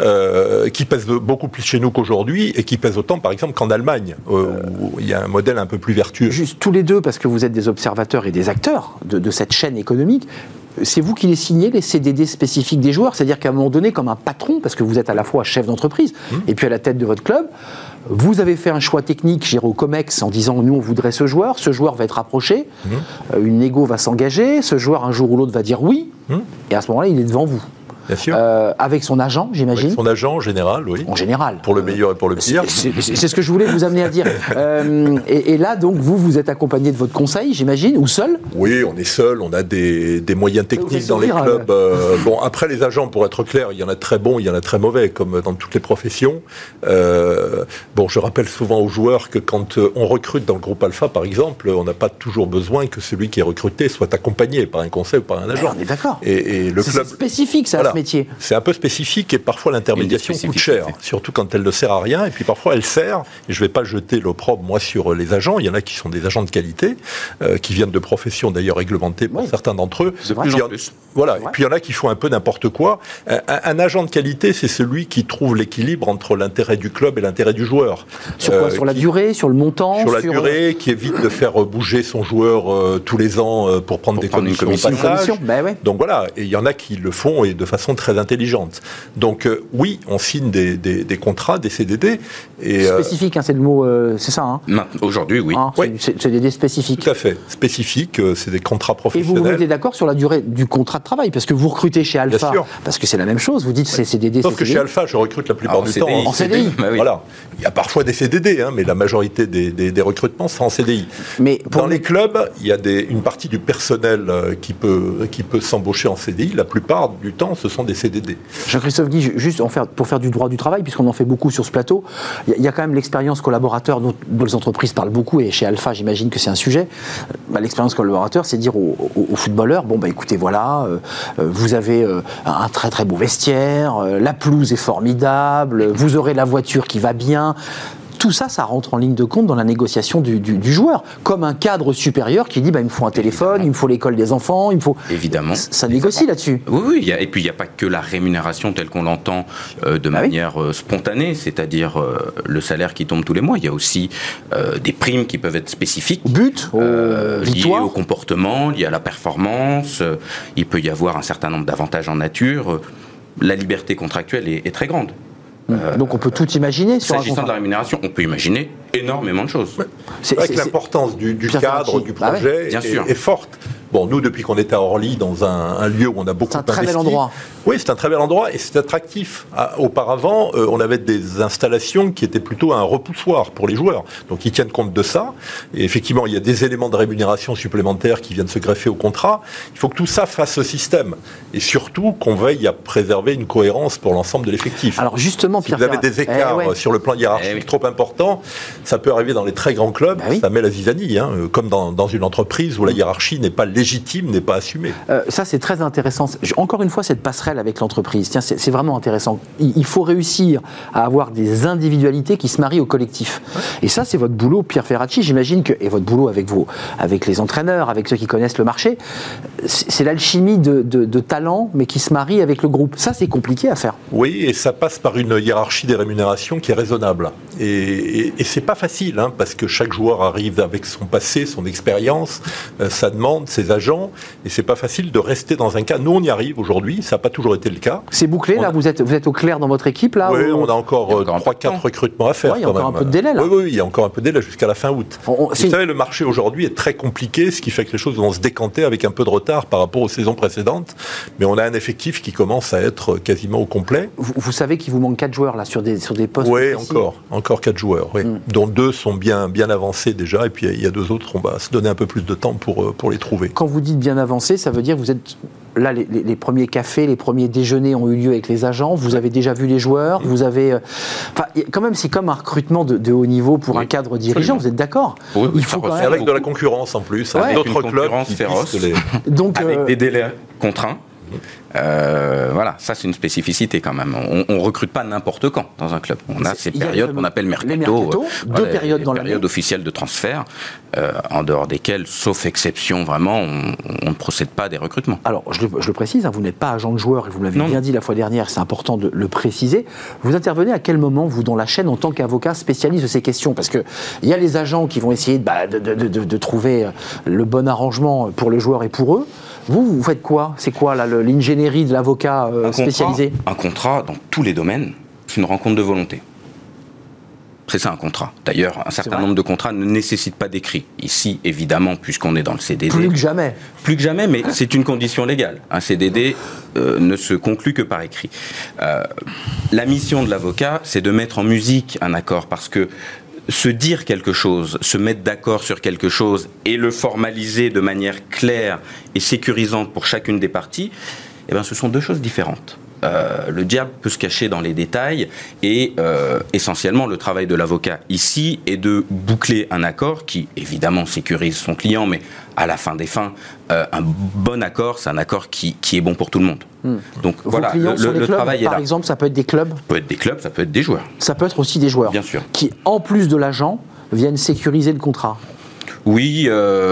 qu'aujourd'hui et qui pèse autant, par exemple, qu'en Allemagne, où il y a un modèle un peu plus vertueux. Juste tous les deux, parce que vous êtes des observateurs et des acteurs de cette chaîne économique, c'est vous qui les signez, les CDD spécifiques des joueurs? C'est-à-dire qu'à un moment donné, comme un patron, parce que vous êtes à la fois chef d'entreprise et puis à la tête de votre club, Vous avez fait un choix technique, géré au COMEX, en disant nous on voudrait ce joueur va être approché, une négo va s'engager, ce joueur un jour ou l'autre va dire oui, et à ce moment-là il est devant vous. Bien sûr. Avec son agent, j'imagine. Avec son agent en général, oui. En général. Pour le meilleur et pour le pire. C'est ce que je voulais vous amener à dire. Et là, donc, vous êtes accompagné de votre conseil, j'imagine, ou seul? Oui, on est seul, on a des moyens techniques dans les clubs. Bon, après, les agents, pour être clair, il y en a de très bons, il y en a de très mauvais, comme dans toutes les professions. Bon, je rappelle souvent aux joueurs que quand on recrute dans le groupe Alpha, par exemple, on n'a pas toujours besoin que celui qui est recruté soit accompagné par un conseil ou par un agent. On est d'accord. Et le club... C'est spécifique, ça, ce métier. C'est un peu spécifique et parfois l'intermédiation coûte cher, surtout quand elle ne sert à rien. Et puis parfois elle sert, et je ne vais pas jeter l'opprobre moi sur les agents, il y en a qui sont des agents de qualité, qui viennent de professions d'ailleurs réglementées pour certains d'entre eux. C'est vrai, voilà. Et puis il y en a qui font un peu n'importe quoi. Un agent de qualité, c'est celui qui trouve l'équilibre entre l'intérêt du club et l'intérêt du joueur. Sur quoi? Sur la durée, sur le montant? Sur la durée, qui évite de faire bouger son joueur tous les ans pour prendre des commissions au passage. Donc voilà, et il y en a qui le font et de façon très intelligente. Donc oui, on signe des contrats, des CDD. Et, spécifique, c'est le mot, c'est ça Aujourd'hui, oui. C'est des CDD spécifiques. Tout à fait. Spécifiques, c'est des contrats professionnels. Et vous vous mettez d'accord sur la durée du contrat de travail? Parce que vous recrutez chez Alpha, parce que c'est la même chose, vous dites c'est CDD, Sauf que chez Alpha, je recrute la plupart du temps en CDI. Voilà. Il y a parfois des CDD, mais la majorité des recrutements, c'est en CDI. Mais dans les clubs, il y a une partie du personnel qui peut s'embaucher en CDI. La plupart du temps, ce sont des CDD. Jean-Christophe Guy, juste pour faire du droit du travail, puisqu'on en fait beaucoup sur ce plateau, il y a quand même l'expérience collaborateur dont les entreprises parlent beaucoup, et chez Alpha, j'imagine que c'est un sujet. L'expérience collaborateur, c'est dire aux footballeurs, écoutez, voilà, vous avez un très très beau vestiaire, la pelouse est formidable, vous aurez la voiture qui va bien. Tout ça, ça rentre en ligne de compte dans la négociation du joueur, comme un cadre supérieur qui dit il me faut un téléphone, il me faut l'école des enfants, il me faut... Évidemment. Ça négocie là-dessus. Oui, et puis il n'y a pas que la rémunération telle qu'on l'entend de manière spontanée, c'est-à-dire le salaire qui tombe tous les mois. Il y a aussi des primes qui peuvent être spécifiques. Liées au comportement, liées à la performance. Il peut y avoir un certain nombre d'avantages en nature. La liberté contractuelle est très grande. Donc on peut tout imaginer sur s'agissant de la rémunération, on peut imaginer énormément de choses. C'est vrai que l'importance du cadre, du projet est forte. Bon, nous, depuis qu'on est à Orly, dans un lieu où on a beaucoup investi... C'est un très bel endroit. Oui, c'est un très bel endroit et c'est attractif. Auparavant, on avait des installations qui étaient plutôt un repoussoir pour les joueurs. Donc, ils tiennent compte de ça. Et effectivement, il y a des éléments de rémunération supplémentaires qui viennent se greffer au contrat. Il faut que tout ça fasse ce système. Et surtout, qu'on veille à préserver une cohérence pour l'ensemble de l'effectif. Alors, justement, Pierre, si vous avez des écarts sur le plan hiérarchique trop importants, ça peut arriver dans les très grands clubs. Ça met la zizanie, comme dans une entreprise où la hiérarchie n'est pas légitime, n'est pas assumée. Ça, c'est très intéressant. Encore une fois, cette passerelle avec l'entreprise, tiens, c'est vraiment intéressant. Il faut réussir à avoir des individualités qui se marient au collectif. Et ça, c'est votre boulot, Pierre Ferracci, j'imagine que, et votre boulot avec les entraîneurs, avec ceux qui connaissent le marché, c'est l'alchimie de talents, mais qui se marie avec le groupe. Ça, c'est compliqué à faire. Oui, et ça passe par une hiérarchie des rémunérations qui est raisonnable. Et c'est pas facile, parce que chaque joueur arrive avec son passé, son expérience, sa demande, ses agents, et c'est pas facile de rester dans un cas. Nous, on y arrive aujourd'hui, ça n'a pas toujours été le cas. C'est bouclé, là, vous êtes au clair dans votre équipe, là? Oui, on a encore 3-4 recrutements à faire. Il y a encore un peu de délai, là. Oui, il y a encore un peu de délai jusqu'à la fin août. Vous savez, le marché aujourd'hui est très compliqué, ce qui fait que les choses vont se décanter avec un peu de retard par rapport aux saisons précédentes, mais on a un effectif qui commence à être quasiment au complet. Vous savez qu'il vous manque 4 joueurs, là, sur des postes? Oui, encore 4 joueurs, dont 2 sont bien avancés déjà, et puis il y a 2 autres, on va se donner un peu plus de temps pour les trouver. Quand vous dites bien avancé, ça veut dire que vous êtes... Là, les premiers cafés, les premiers déjeuners ont eu lieu avec les agents. Vous avez déjà vu les joueurs. Vous avez, quand même, c'est comme un recrutement de haut niveau pour un cadre dirigeant. Vous êtes d'accord? Il faut quand même avec de la concurrence en plus, avec d'autres clubs qui féroce. Donc, avec des délais contraints. Voilà, ça c'est une spécificité quand même. On recrute pas n'importe quand dans un club. On a ces périodes qu'on appelle mercato, deux périodes dans l'année. Périodes officielles de transfert, en dehors desquelles, sauf exception vraiment, on ne procède pas à des recrutements. Alors, je le précise, vous n'êtes pas agent de joueur, et vous me l'avez bien dit la fois dernière, c'est important de le préciser. Vous intervenez à quel moment, vous, dans la chaîne, en tant qu'avocat spécialiste de ces questions? Parce qu'il y a les agents qui vont essayer de trouver le bon arrangement pour le joueur et pour eux. Vous faites quoi? C'est quoi l'ingénierie de l'avocat spécialisé? Un contrat, dans tous les domaines, c'est une rencontre de volonté. C'est ça un contrat. D'ailleurs, un certain nombre de contrats ne nécessitent pas d'écrit. Ici, évidemment, puisqu'on est dans le CDD. Plus que jamais. Plus que jamais, mais c'est une condition légale. Un CDD ne se conclut que par écrit. La mission de l'avocat, c'est de mettre en musique un accord, parce que se dire quelque chose, se mettre d'accord sur quelque chose et le formaliser de manière claire et sécurisante pour chacune des parties, eh bien, ce sont deux choses différentes. Le diable peut se cacher dans les détails et essentiellement le travail de l'avocat ici est de boucler un accord qui évidemment sécurise son client, mais à la fin des fins, un bon accord, c'est un accord qui est bon pour tout le monde. Donc vos voilà, clients sont le clubs, travail est là. Par exemple, ça peut être des clubs. Ça peut être des clubs, ça peut être des joueurs. Ça peut être aussi des joueurs. Bien sûr. Qui, en plus de l'agent, viennent sécuriser le contrat. Oui,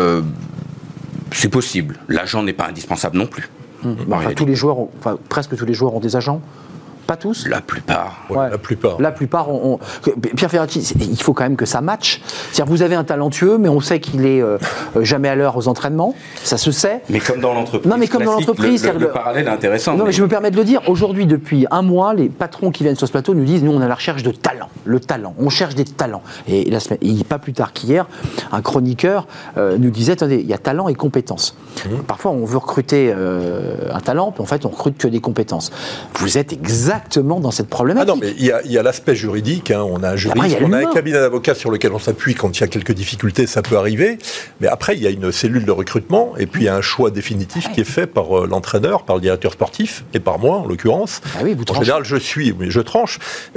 c'est possible. L'agent n'est pas indispensable non plus. Tous les joueurs, presque tous les joueurs ont des agents. Pas tous. La plupart. Ouais. La plupart. Pierre Ferracci, il faut quand même que ça matche. C'est-à-dire, vous avez un talentueux, mais on sait qu'il est jamais à l'heure aux entraînements. Ça se sait. Mais comme dans l'entreprise. Non, mais comme dans l'entreprise, le parallèle est intéressant. Non, mais je me permets de le dire. Aujourd'hui, depuis un mois, les patrons qui viennent sur ce plateau nous disent, nous, on est à la recherche de talent. Le talent. On cherche des talents. Et pas plus tard qu'hier, un chroniqueur nous disait, attendez, il y a talent et compétences. Parfois, on veut recruter un talent, puis en fait, on recrute que des compétences. Vous êtes exactement dans cette problématique. Ah non, mais il y a l'aspect juridique. On a un juriste, on a un cabinet d'avocats sur lequel on s'appuie quand il y a quelques difficultés, ça peut arriver. Mais après, il y a une cellule de recrutement et puis il y a un choix définitif qui est fait par l'entraîneur, par le directeur sportif et par moi, en l'occurrence. Ah oui, vous tranchez. En général, je tranche.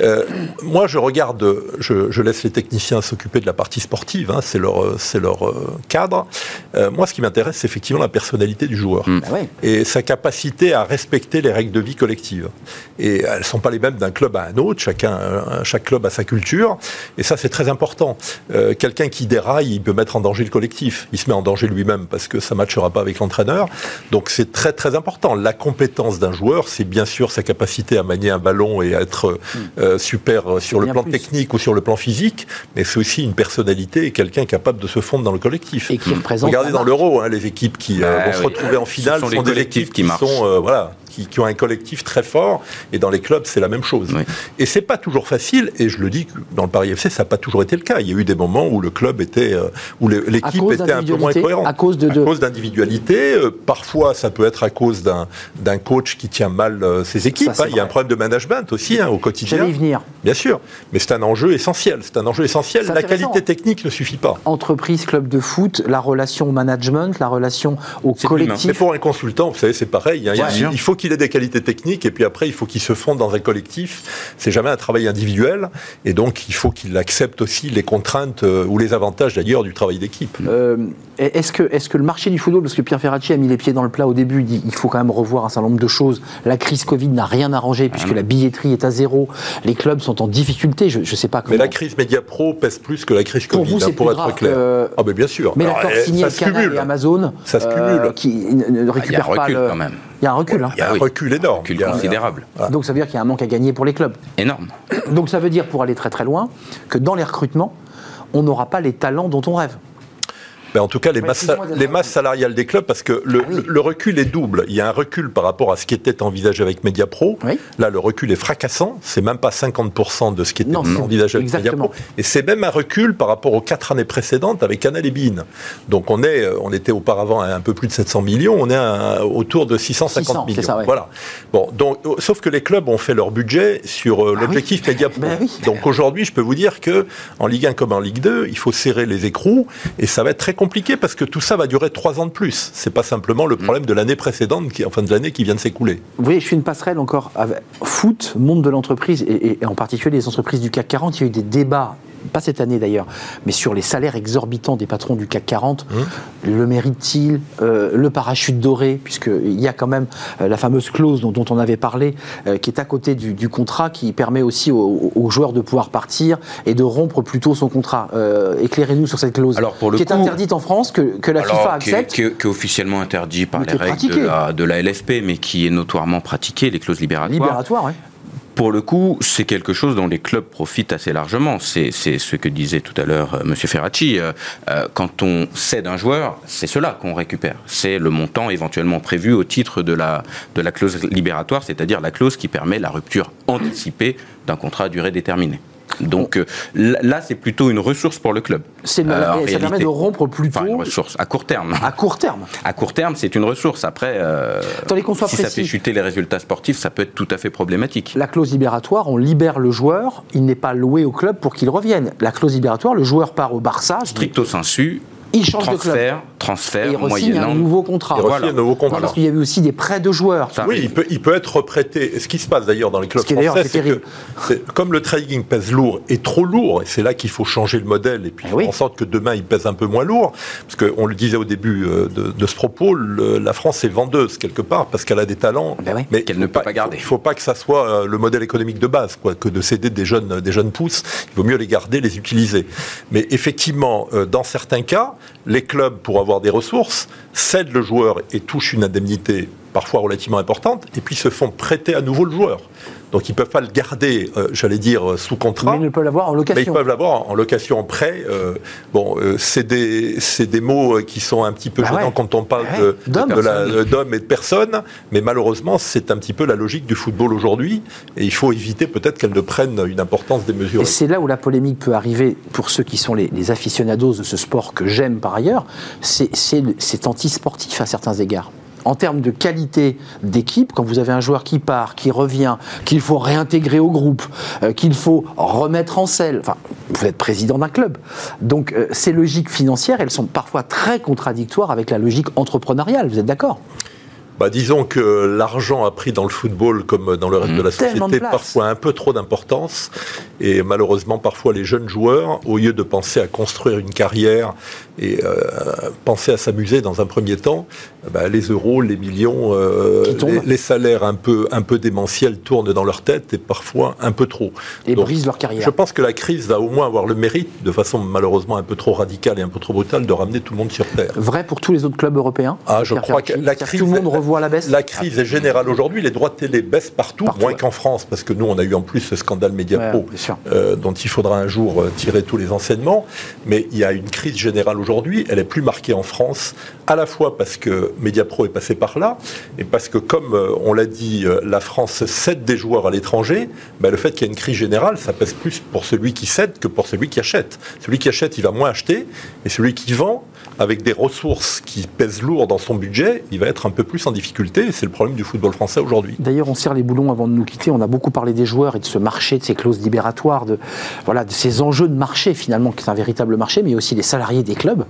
Moi, je regarde, je laisse les techniciens s'occuper de la partie sportive. C'est leur cadre. Moi, ce qui m'intéresse, c'est effectivement la personnalité du joueur et sa capacité à respecter les règles de vie collective. Et elles ne sont pas les mêmes d'un club à un autre, chaque club a sa culture, et ça c'est très important. Quelqu'un qui déraille, il peut mettre en danger le collectif, il se met en danger lui-même parce que ça ne matchera pas avec l'entraîneur, donc c'est très très important. La compétence d'un joueur, c'est bien sûr sa capacité à manier un ballon et à être super sur le plan technique ou sur le plan physique, mais c'est aussi une personnalité et quelqu'un capable de se fondre dans le collectif. Et qui représente. Regardez dans l'Euro, les équipes qui vont se retrouver en finale sont des équipes qui sont qui ont un collectif très fort, et dans les clubs, c'est la même chose. Oui. Et c'est pas toujours facile, et je le dis, dans le Paris FC, ça n'a pas toujours été le cas. Il y a eu des moments où le club était, où l'équipe était un peu moins cohérente. À cause d'individualité. Parfois, ça peut être à cause d'un coach qui tient mal ses équipes. Il y a un problème de management aussi, au quotidien. J'allais y venir. Bien sûr. Mais c'est un enjeu essentiel. La qualité technique ne suffit pas. Entreprise, club de foot, la relation au management, la relation au collectif. Mais pour un consultant, vous savez, c'est pareil. Il faut qu'il ait des qualités techniques et puis après il faut qu'il se fonde dans un collectif. C'est jamais un travail individuel et donc il faut qu'il accepte aussi les contraintes ou les avantages d'ailleurs du travail d'équipe. Est-ce que le marché du football, parce que Pierre Ferracci a mis les pieds dans le plat au début, il dit il faut quand même revoir un certain nombre de choses. La crise Covid n'a rien arrangé puisque la billetterie est à zéro. Les clubs sont en difficulté. Je sais pas comment. Mais la crise Mediapro pèse plus que la crise Covid. Pour vous, c'est pour plus être grave clair. Ah ben bien sûr. Mais l'accord signé avec Canal et Amazon, ça se cumule. Qui ne récupère pas le. Quand même. Il y a un recul. Il y a un recul énorme. Un recul considérable. Donc ça veut dire qu'il y a un manque à gagner pour les clubs. Énorme. Donc ça veut dire, pour aller très très loin, que dans les recrutements, on n'aura pas les talents dont on rêve. Ben en tout cas, les masses salariales des clubs, parce que le recul est double. Il y a un recul par rapport à ce qui était envisagé avec Mediapro. Oui. Là, le recul est fracassant. C'est même pas 50% de ce qui était envisagé avec Mediapro. Et c'est même un recul par rapport aux 4 années précédentes avec Canal et beIN. Donc on était auparavant à un peu plus de 700 millions. On est autour de 650 millions. Ça, Voilà. Bon, donc, sauf que les clubs ont fait leur budget sur l'objectif Mediapro. Donc aujourd'hui, je peux vous dire que en Ligue 1 comme en Ligue 2, il faut serrer les écrous et ça va être très compliqué parce que tout ça va durer 3 ans de plus. C'est pas simplement le problème de l'année précédente, de l'année qui vient de s'écouler. Vous voyez, je fais une passerelle encore avec foot, monde de l'entreprise et en particulier les entreprises du CAC 40. Il y a eu des débats, pas cette année d'ailleurs, mais sur les salaires exorbitants des patrons du CAC 40. Le mérite-t-il le parachute doré, puisqu'il y a quand même la fameuse clause dont on avait parlé, qui est à côté du contrat, qui permet aussi aux joueurs de pouvoir partir et de rompre plus tôt son contrat. Éclairez-nous sur cette clause, qui est interdite en France, que la FIFA accepte. Qui est officiellement interdit par les règles de la LFP, mais qui est notoirement pratiquée, les clauses libératoires. Oui. Pour le coup, c'est quelque chose dont les clubs profitent assez largement. C'est ce que disait tout à l'heure M. Ferracci. Quand on cède un joueur, c'est cela qu'on récupère. C'est le montant éventuellement prévu au titre de la clause libératoire, c'est-à-dire la clause qui permet la rupture anticipée d'un contrat à durée déterminée. Donc là, c'est plutôt une ressource pour le club. Ça permet de rompre plutôt... Enfin, une ressource à court terme. À court terme. À court terme, c'est une ressource. Après, si ça fait chuter les résultats sportifs, ça peut être tout à fait problématique. La clause libératoire, on libère le joueur, il n'est pas loué au club pour qu'il revienne. La clause libératoire, le joueur part au Barça... Stricto sensu, il change de club. Transfert, et il re-signe un nouveau contrat. Parce qu'il y avait aussi des prêts de joueurs. Oui, il peut être reprêté. Ce qui se passe d'ailleurs dans les clubs français, c'est que comme le trading pèse lourd et trop lourd, et c'est là qu'il faut changer le modèle et puis faire en sorte que demain il pèse un peu moins lourd, parce qu'on le disait au début de ce propos, la France est vendeuse quelque part parce qu'elle a des talents, mais qu'elle ne peut pas garder. Il ne faut pas que ça soit le modèle économique de base, que de céder des jeunes pousses. Il vaut mieux les garder, les utiliser. Mais effectivement, dans certains cas, les clubs, pour avoir des ressources, cèdent le joueur et touchent une indemnité parfois relativement importante, et puis se font prêter à nouveau le joueur. Donc ils ne peuvent pas le garder, sous contrat. Mais ils peuvent l'avoir en location. Mais ils peuvent l'avoir en location, en prêt. C'est des mots qui sont un petit peu gênants quand on parle d'hommes et de personnes, mais malheureusement, c'est un petit peu la logique du football aujourd'hui, et il faut éviter peut-être qu'elle ne prenne une importance démesurée. Et c'est là où la polémique peut arriver pour ceux qui sont les aficionados de ce sport que j'aime par ailleurs, c'est anti-sportif à certains égards. En termes de qualité d'équipe, quand vous avez un joueur qui part, qui revient, qu'il faut réintégrer au groupe, qu'il faut remettre en selle, enfin, vous êtes président d'un club. Donc, ces logiques financières, elles sont parfois très contradictoires avec la logique entrepreneuriale, vous êtes d'accord ? Disons que l'argent a pris dans le football, comme dans le reste de la société, parfois un peu trop d'importance. Et malheureusement, parfois, les jeunes joueurs, au lieu de penser à construire une carrière et penser à s'amuser dans un premier temps, les euros, les millions, les salaires un peu démentiels tournent dans leur tête, et parfois un peu trop. Et brisent leur carrière. Je pense que la crise va au moins avoir le mérite, de façon malheureusement un peu trop radicale et un peu trop brutale, de ramener tout le monde sur terre. Vrai pour tous les autres clubs européens ? Je crois que la crise... Tout le monde revoit la baisse. La crise est générale aujourd'hui. Les droits de télé baissent partout, moins qu'en France, parce que nous, on a eu en plus ce scandale Mediapro, dont il faudra un jour tirer tous les enseignements. Mais il y a une crise générale aujourd'hui. Elle est plus marquée en France, à la fois parce que Mediapro est passé par là, et parce que, comme on l'a dit, la France cède des joueurs à l'étranger. Le fait qu'il y ait une crise générale, ça pèse plus pour celui qui cède que pour celui qui achète. Celui qui achète, il va moins acheter, et celui qui vend, avec des ressources qui pèsent lourd dans son budget, il va être un peu plus en difficulté. C'est le problème du football français aujourd'hui. D'ailleurs, on serre les boulons avant de nous quitter. On a beaucoup parlé des joueurs et de ce marché, de ces clauses libératoires, de ces enjeux de marché finalement, qui est un véritable marché, mais aussi les salariés des clubs.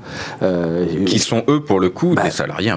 Qui sont eux, pour le coup, des salariés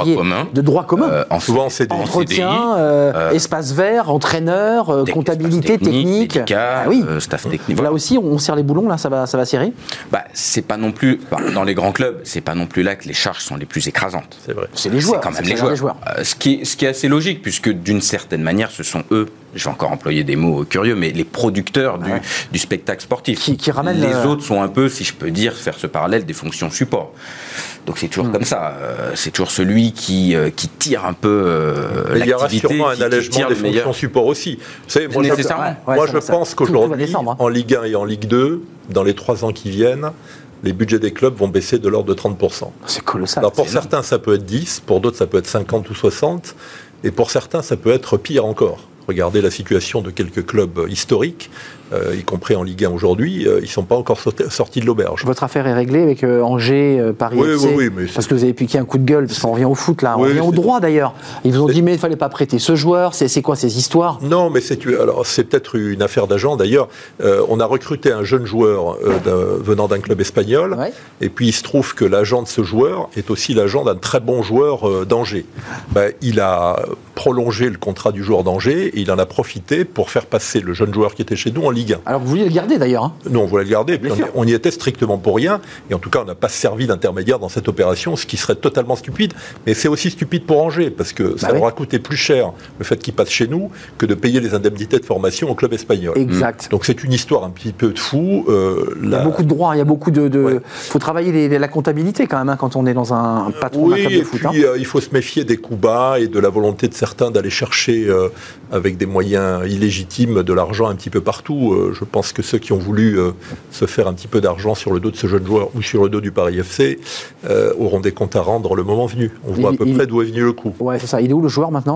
de droit commun. Souvent, c'est des entretien, espace vert, entraîneur, comptabilité technique. Staff technique. Là aussi, on serre les boulons, là, ça va serrer. C'est pas non plus, dans les grands clubs, c'est pas non plus là que les charges sont les plus écrasantes. C'est vrai. C'est les joueurs. C'est quand même les joueurs. Ce qui est assez logique, puisque d'une certaine manière, ce sont eux, je vais encore employer des mots curieux, mais les producteurs du spectacle sportif. Qui ramènent les autres sont un peu, si je peux dire, faire ce parallèle, des fonctions support. Donc c'est toujours comme ça. C'est toujours celui qui tire un peu l'activité. Il y aura sûrement un allègement des fonctions support aussi. Vous savez, moi je pense qu'aujourd'hui, en Ligue 1 et en Ligue 2, dans les 3 ans qui viennent, les budgets des clubs vont baisser de l'ordre de 30%. C'est colossal. Alors pour certains, ça peut être 10, pour d'autres, ça peut être 50 ou 60, et pour certains, ça peut être pire encore. Regardez la situation de quelques clubs historiques, y compris en Ligue 1 aujourd'hui, ils ne sont pas encore sortis de l'auberge. Votre affaire est réglée avec Angers, Paris FC, oui, mais parce que vous avez piqué un coup de gueule, parce qu'on revient au foot là, on revient au droit d'ailleurs. Ils vous ont dit mais il ne fallait pas prêter ce joueur, c'est quoi ces histoires ? Non, mais c'est peut-être une affaire d'agent. D'ailleurs, on a recruté un jeune joueur venant d'un club espagnol, et puis il se trouve que l'agent de ce joueur est aussi l'agent d'un très bon joueur d'Angers. Il a prolongé le contrat du joueur d'Angers, et il en a profité pour faire passer le jeune joueur qui était chez nous en Ligue 1. Alors vous vouliez le garder d'ailleurs Non, on voulait le garder. On y était strictement pour rien. Et en tout cas, on n'a pas servi d'intermédiaire dans cette opération, ce qui serait totalement stupide. Mais c'est aussi stupide pour Angers, parce que ça leur a coûté plus cher le fait qu'il passe chez nous que de payer les indemnités de formation au club espagnol. Exact. Donc c'est une histoire un petit peu de fou. Il y a beaucoup de droits, il y a beaucoup de... faut travailler la comptabilité quand même, quand on est dans un patron d'un club de foot. Oui, et puis il faut se méfier des coups bas et de la volonté de certains d'aller chercher avec des moyens illégitimes de l'argent un petit peu partout. Je pense que ceux qui ont voulu se faire un petit peu d'argent sur le dos de ce jeune joueur ou sur le dos du Paris FC auront des comptes à rendre le moment venu. On voit à peu près d'où est venu le coup. Ouais, c'est ça. Il est où le joueur maintenant là ?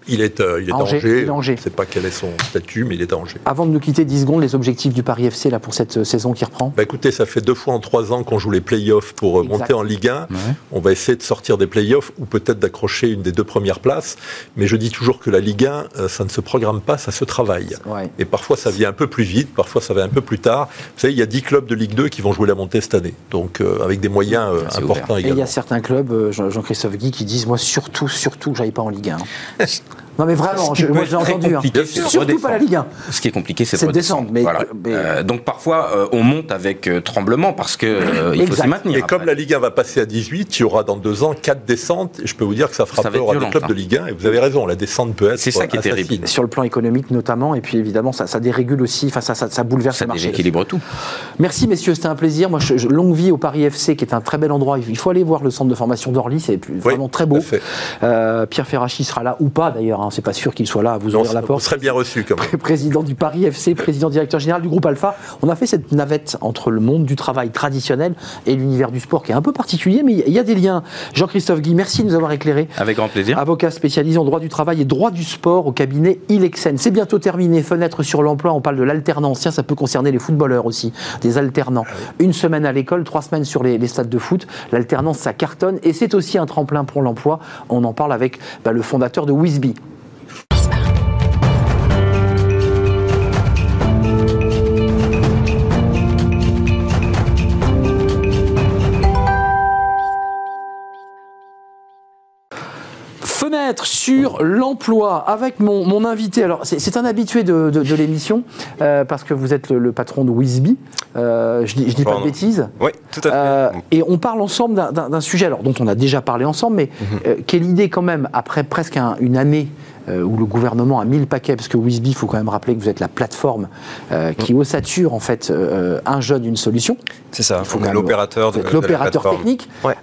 Il est à Angers. Il est à Angers. Je ne sais pas quel est son statut, mais il est à Angers. Avant de nous quitter 10 secondes, les objectifs du Paris FC là, pour cette saison qui reprend? Écoutez, ça fait 2 fois en 3 ans qu'on joue les play-offs pour monter en Ligue 1. Ouais. On va essayer de sortir des play-offs ou peut-être d'accrocher une des 2 premières places. Mais je dis toujours que la Ligue 1, ça ne se programme pas, ça se travaille. Ouais. Et parfois, ça vient un peu plus vite, parfois, ça va un peu plus tard. Vous savez, il y a 10 clubs de Ligue 2 qui vont jouer la montée cette année. Donc, avec des moyens importants également. Et il y a certains clubs, Jean-Christophe Guy, qui disent, moi, surtout que j'aille pas en Ligue 1. Non mais vraiment, moi je l'ai entendu. Surtout pas la Ligue 1. Ce qui est compliqué, c'est de descendre. Donc parfois, on monte avec tremblement parce que il faut s'y maintenir. Et comme la Ligue 1 va passer à 18, il y aura dans 2 ans 4 descentes. Et je peux vous dire que ça fera peur à des clubs de Ligue 1. Et vous avez raison, la descente peut être c'est ça qui est terrible. Sur le plan économique notamment, et puis évidemment, ça dérégule aussi, ça bouleverse le marché. Ça déséquilibre tout. Merci messieurs, c'était un plaisir. Moi, longue vie au Paris FC, qui est un très bel endroit. Il faut aller voir le centre de formation d'Orly, c'est vraiment très beau. Pierre Ferracchi sera là ou pas d'ailleurs, c'est pas sûr qu'il soit là à vous ouvrir la porte. Vous serez bien reçu quand même. Président du Paris FC, président directeur général du groupe Alpha. On a fait cette navette entre le monde du travail traditionnel et l'univers du sport qui est un peu particulier, mais il y a des liens. Jean-Christophe Guy, merci de nous avoir éclairés. Avec grand plaisir. Avocat spécialisé en droit du travail et droit du sport au cabinet Ilexen. C'est bientôt terminé. Fenêtre sur l'emploi, on parle de l'alternance. Tiens, ça peut concerner les footballeurs aussi, des alternants. 1 semaine à l'école, 3 semaines sur les stades de foot. L'alternance, ça cartonne et c'est aussi un tremplin pour l'emploi. On en parle avec le fondateur de Wizbee. Fenêtre sur l'emploi avec mon invité. Alors, c'est un habitué de l'émission parce que vous êtes le patron de Wizbee. Je dis pas de bêtises. Oui, tout à fait. Et on parle ensemble d'un sujet dont on a déjà parlé ensemble, mais quelle idée quand même, après presque une année où le gouvernement a mis le paquet, parce que Wizbee, il faut quand même rappeler que vous êtes la plateforme qui ossature en fait un jeune, une solution. C'est ça, on est l'opérateur de l'opérateur technique. Ouais.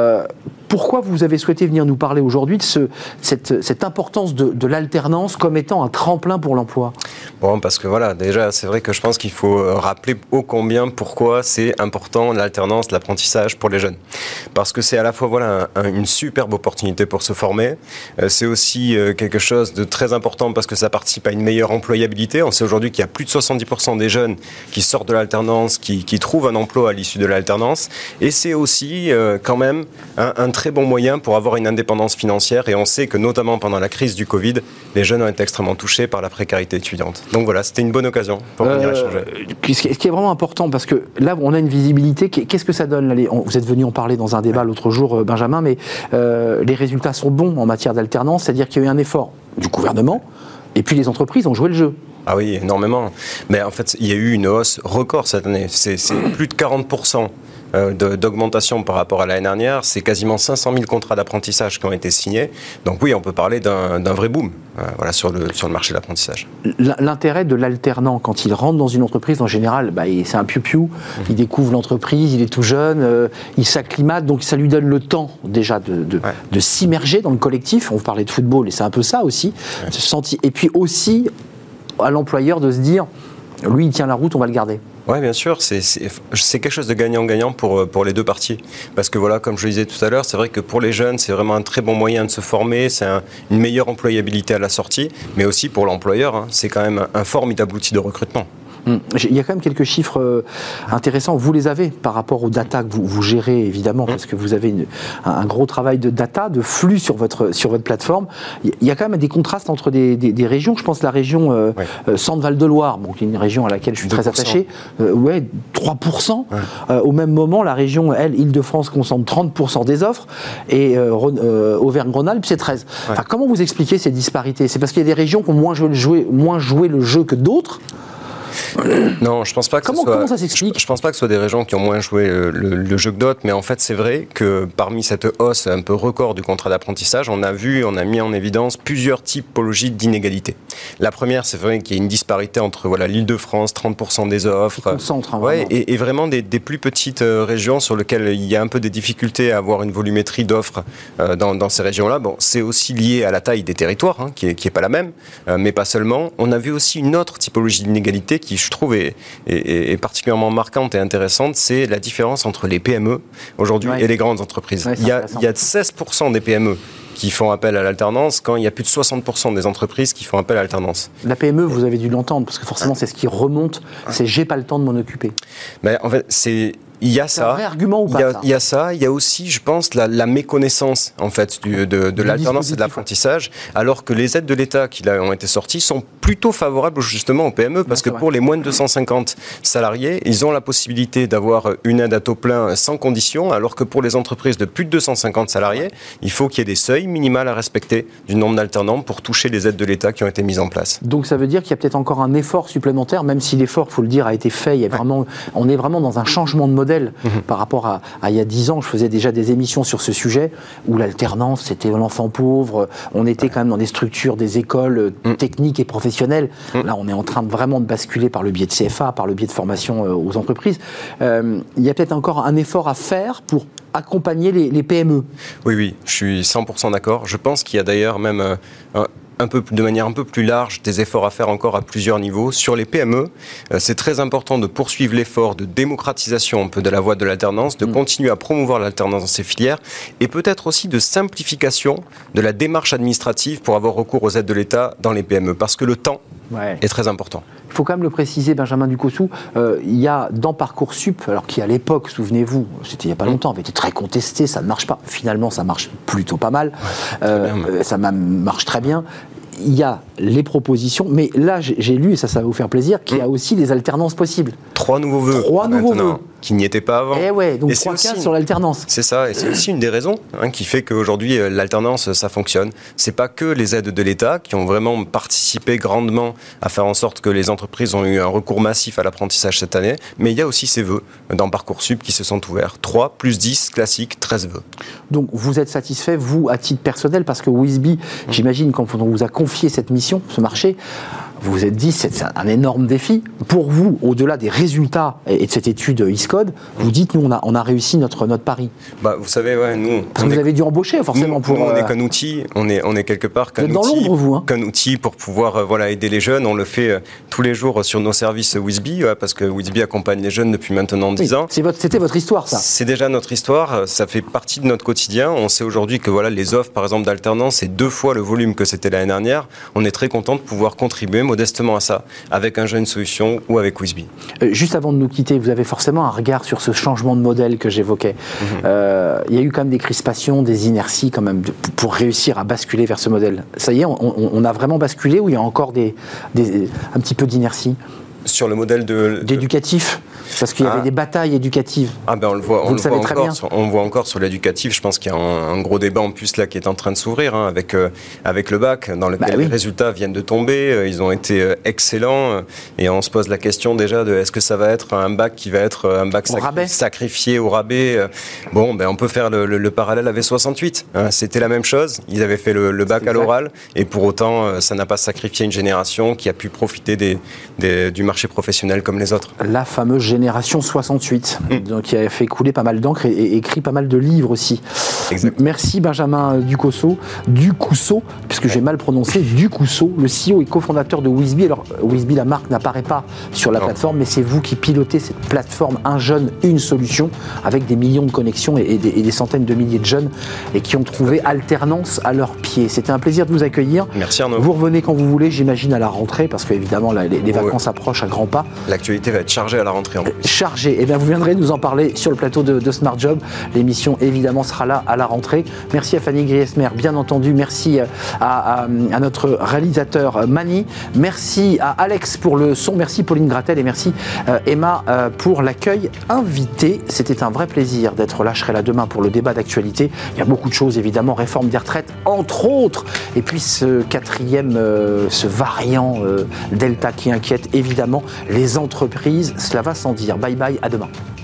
Pourquoi vous avez souhaité venir nous parler aujourd'hui de cette importance de l'alternance comme étant un tremplin pour l'emploi? Bon, parce que voilà, déjà, c'est vrai que je pense qu'il faut rappeler ô combien pourquoi c'est important l'alternance, l'apprentissage pour les jeunes. Parce que c'est à la fois une superbe opportunité pour se former, c'est aussi quelque chose de très important parce que ça participe à une meilleure employabilité. On sait aujourd'hui qu'il y a plus de 70% des jeunes qui sortent de l'alternance, qui trouvent un emploi à l'issue de l'alternance. Et c'est aussi quand même un très bon moyen pour avoir une indépendance financière. Et on sait que notamment pendant la crise du Covid, les jeunes ont été extrêmement touchés par la précarité étudiante. Donc voilà, c'était une bonne occasion pour venir échanger. Ce qui est vraiment important, parce que là, on a une visibilité. Qu'est-ce que ça donne là, vous êtes venu en parler dans un débat l'autre jour, Benjamin, mais les résultats sont bons en matière d'alternance, c'est-à-dire qu'il y a eu un effort du gouvernement, et puis les entreprises ont joué le jeu. Ah oui, énormément. Mais en fait, il y a eu une hausse record cette année. C'est plus de 40% d'augmentation par rapport à l'année dernière. C'est quasiment 500 000 contrats d'apprentissage qui ont été signés. Donc oui, on peut parler d'un vrai boom sur le marché de l'apprentissage. L'intérêt de l'alternant, quand il rentre dans une entreprise, en général, c'est un piou-piou. Il découvre l'entreprise, il est tout jeune, il s'acclimate, donc ça lui donne le temps déjà de s'immerger dans le collectif. On parlait de football et c'est un peu ça aussi. Et puis aussi à l'employeur de se dire, lui il tient la route, on va le garder. Oui, bien sûr, c'est quelque chose de gagnant-gagnant pour les deux parties. Parce que voilà, comme je le disais tout à l'heure, c'est vrai que pour les jeunes, c'est vraiment un très bon moyen de se former, c'est une meilleure employabilité à la sortie, mais aussi pour l'employeur, c'est quand même un formidable outil de recrutement. Il y a quand même quelques chiffres intéressants. Vous les avez par rapport aux data que vous gérez, évidemment, parce que vous avez un gros travail de data, de flux sur votre plateforme. Il y a quand même des contrastes entre des régions. Je pense la région Centre-Val de Loire, qui est une région à laquelle je suis 2%. Très attaché. 3%. Ouais. Au même moment, la région, Île-de-France, concentre 30% des offres, et Auvergne-Rhône-Alpes, c'est 13%. Ouais. Enfin, comment vous expliquez ces disparités? C'est parce qu'il y a des régions qui ont moins joué le jeu que d'autres? Non, je pense pas que comment ça s'explique? Je pense pas que ce soit des régions qui ont moins joué le jeu que d'autres, mais en fait c'est vrai que parmi cette hausse un peu record du contrat d'apprentissage, on a mis en évidence plusieurs typologies d'inégalités. La première, c'est vrai qu'il y a une disparité entre l'Île-de-France, 30% des offres, et vraiment des plus petites régions sur lesquelles il y a un peu des difficultés à avoir une volumétrie d'offres dans ces régions-là. Bon, c'est aussi lié à la taille des territoires, qui est pas la même, mais pas seulement. On a vu aussi une autre typologie d'inégalité qui, je trouve, est particulièrement marquante et intéressante, c'est la différence entre les PME aujourd'hui et les grandes entreprises. Il y a 16% des PME qui font appel à l'alternance quand il y a plus de 60% des entreprises qui font appel à l'alternance. La PME, vous avez dû l'entendre, parce que forcément, c'est ce qui remonte, c'est j'ai pas le temps de m'en occuper. Mais en fait, il y a ça. C'est un vrai argument ou pas? Il y a ça. Il y a aussi, je pense, la méconnaissance en fait de l'alternance et de l'apprentissage, alors que les aides de l'État qui ont été sorties sont plutôt favorables justement aux PME, parce que pour les moins de 250 salariés, ils ont la possibilité d'avoir une aide à taux plein sans condition, alors que pour les entreprises de plus de 250 salariés, il faut qu'il y ait des seuils minimaux à respecter du nombre d'alternants pour toucher les aides de l'État qui ont été mises en place. Donc ça veut dire qu'il y a peut-être encore un effort supplémentaire, même si l'effort, il faut le dire, a été fait. On est vraiment dans un changement de modèle. Par rapport à il y a 10 ans, je faisais déjà des émissions sur ce sujet, où l'alternance, c'était l'enfant pauvre, on était quand même dans des structures, des écoles techniques et professionnelles. Là, on est en train de vraiment de basculer par le biais de CFA, par le biais de formation aux entreprises. Il y a peut-être encore un effort à faire pour accompagner les PME. Oui, je suis 100% d'accord. Je pense qu'il y a d'ailleurs même... de manière un peu plus large, des efforts à faire encore à plusieurs niveaux. Sur les PME, c'est très important de poursuivre l'effort de démocratisation un peu de la voie de l'alternance, de continuer à promouvoir l'alternance dans ces filières, et peut-être aussi de simplification de la démarche administrative pour avoir recours aux aides de l'État dans les PME, parce que le temps est très important. Il faut quand même le préciser, Benjamin Ducossou, il y a dans Parcoursup, alors qui à l'époque, souvenez-vous, c'était il n'y a pas longtemps, avait été très contesté, ça ne marche pas. Finalement, ça marche plutôt pas mal. Ça marche très bien. Il y a les propositions, mais là, j'ai lu, et ça va vous faire plaisir, qu'il y a aussi les alternances possibles. 3 nouveaux vœux. 3 nouveaux vœux. Qui n'y étaient pas avant. Et ouais, donc 3 cases sur l'alternance. C'est ça, et c'est aussi une des raisons qui fait qu'aujourd'hui, l'alternance, ça fonctionne. C'est pas que les aides de l'État qui ont vraiment participé grandement à faire en sorte que les entreprises ont eu un recours massif à l'apprentissage cette année, mais il y a aussi ces vœux dans Parcoursup qui se sont ouverts. 3 plus 10, classique, 13 vœux. Donc vous êtes satisfait, vous, à titre personnel, parce que WISBY, j'imagine, quand on vous a confié cette mission, ce marché, vous vous êtes dit, c'est un énorme défi. Pour vous, au-delà des résultats et de cette étude ISCODE, vous dites, nous, on a réussi notre parri. Vous savez, nous... Parce que vous avez dû embaucher, forcément, pour... Nous, on n'est qu'un outil, on est quelque part qu'un outil... Vous êtes dans l'ombre, vous, qu'un outil pour pouvoir aider les jeunes. On le fait tous les jours sur nos services WISBY, parce que WISBY accompagne les jeunes depuis maintenant 10 ans. C'était votre histoire, ça. C'est déjà notre histoire, ça fait partie de notre quotidien. On sait aujourd'hui que les offres, par exemple, d'alternance, c'est 2 fois le volume que c'était l'année dernière. On est très content de pouvoir contribuer modestement à ça, avec un Jeune Solution ou avec WISBY. Juste avant de nous quitter, vous avez forcément un regard sur ce changement de modèle que j'évoquais. Il y a eu quand même des crispations, des inerties quand même, pour réussir à basculer vers ce modèle. Ça y est, on a vraiment basculé ou il y a encore un petit peu d'inertie? Sur le modèle d'éducatif, parce qu'il y avait des batailles éducatives. On le voit, on voit encore sur l'éducatif. Je pense qu'il y a un gros débat en plus là qui est en train de s'ouvrir avec le bac, dans lequel les résultats viennent de tomber. Ils ont été excellents et on se pose la question déjà de est-ce que ça va être un bac qui va être un bac sacrifié au rabais. On peut faire le parallèle avec 68. C'était la même chose. Ils avaient fait le bac à l'oral et pour autant ça n'a pas sacrifié une génération qui a pu profiter du marché professionnel comme les autres. La fameuse génération 68, donc, qui a fait couler pas mal d'encre et écrit pas mal de livres aussi. Exactement. Merci Benjamin Ducossou, puisque j'ai mal prononcé, Ducossou, le CEO et cofondateur de WISBY. Alors WISBY, la marque, n'apparaît pas sur la plateforme, mais c'est vous qui pilotez cette plateforme Un jeune, une solution, avec des millions de connexions et des centaines de milliers de jeunes et qui ont trouvé alternance à leurs pieds. C'était un plaisir de vous accueillir. Merci Arnaud. Vous revenez quand vous voulez, j'imagine, à la rentrée, parce qu'évidemment les vacances approchent à grands pas. L'actualité va être chargée à la rentrée en plus. Chargée. Et bien vous viendrez nous en parler sur le plateau de Smart Job. L'émission évidemment sera là à la rentrée. Merci à Fanny Griesmer, bien entendu. Merci à notre réalisateur Mani. Merci à Alex pour le son. Merci Pauline Gratel et merci Emma pour l'accueil invité. C'était un vrai plaisir d'être là. Je serai là demain pour le débat d'actualité. Il y a beaucoup de choses évidemment. Réforme des retraites entre autres. Et puis ce ce variant Delta qui inquiète évidemment les entreprises, cela va sans dire. Bye bye, à demain.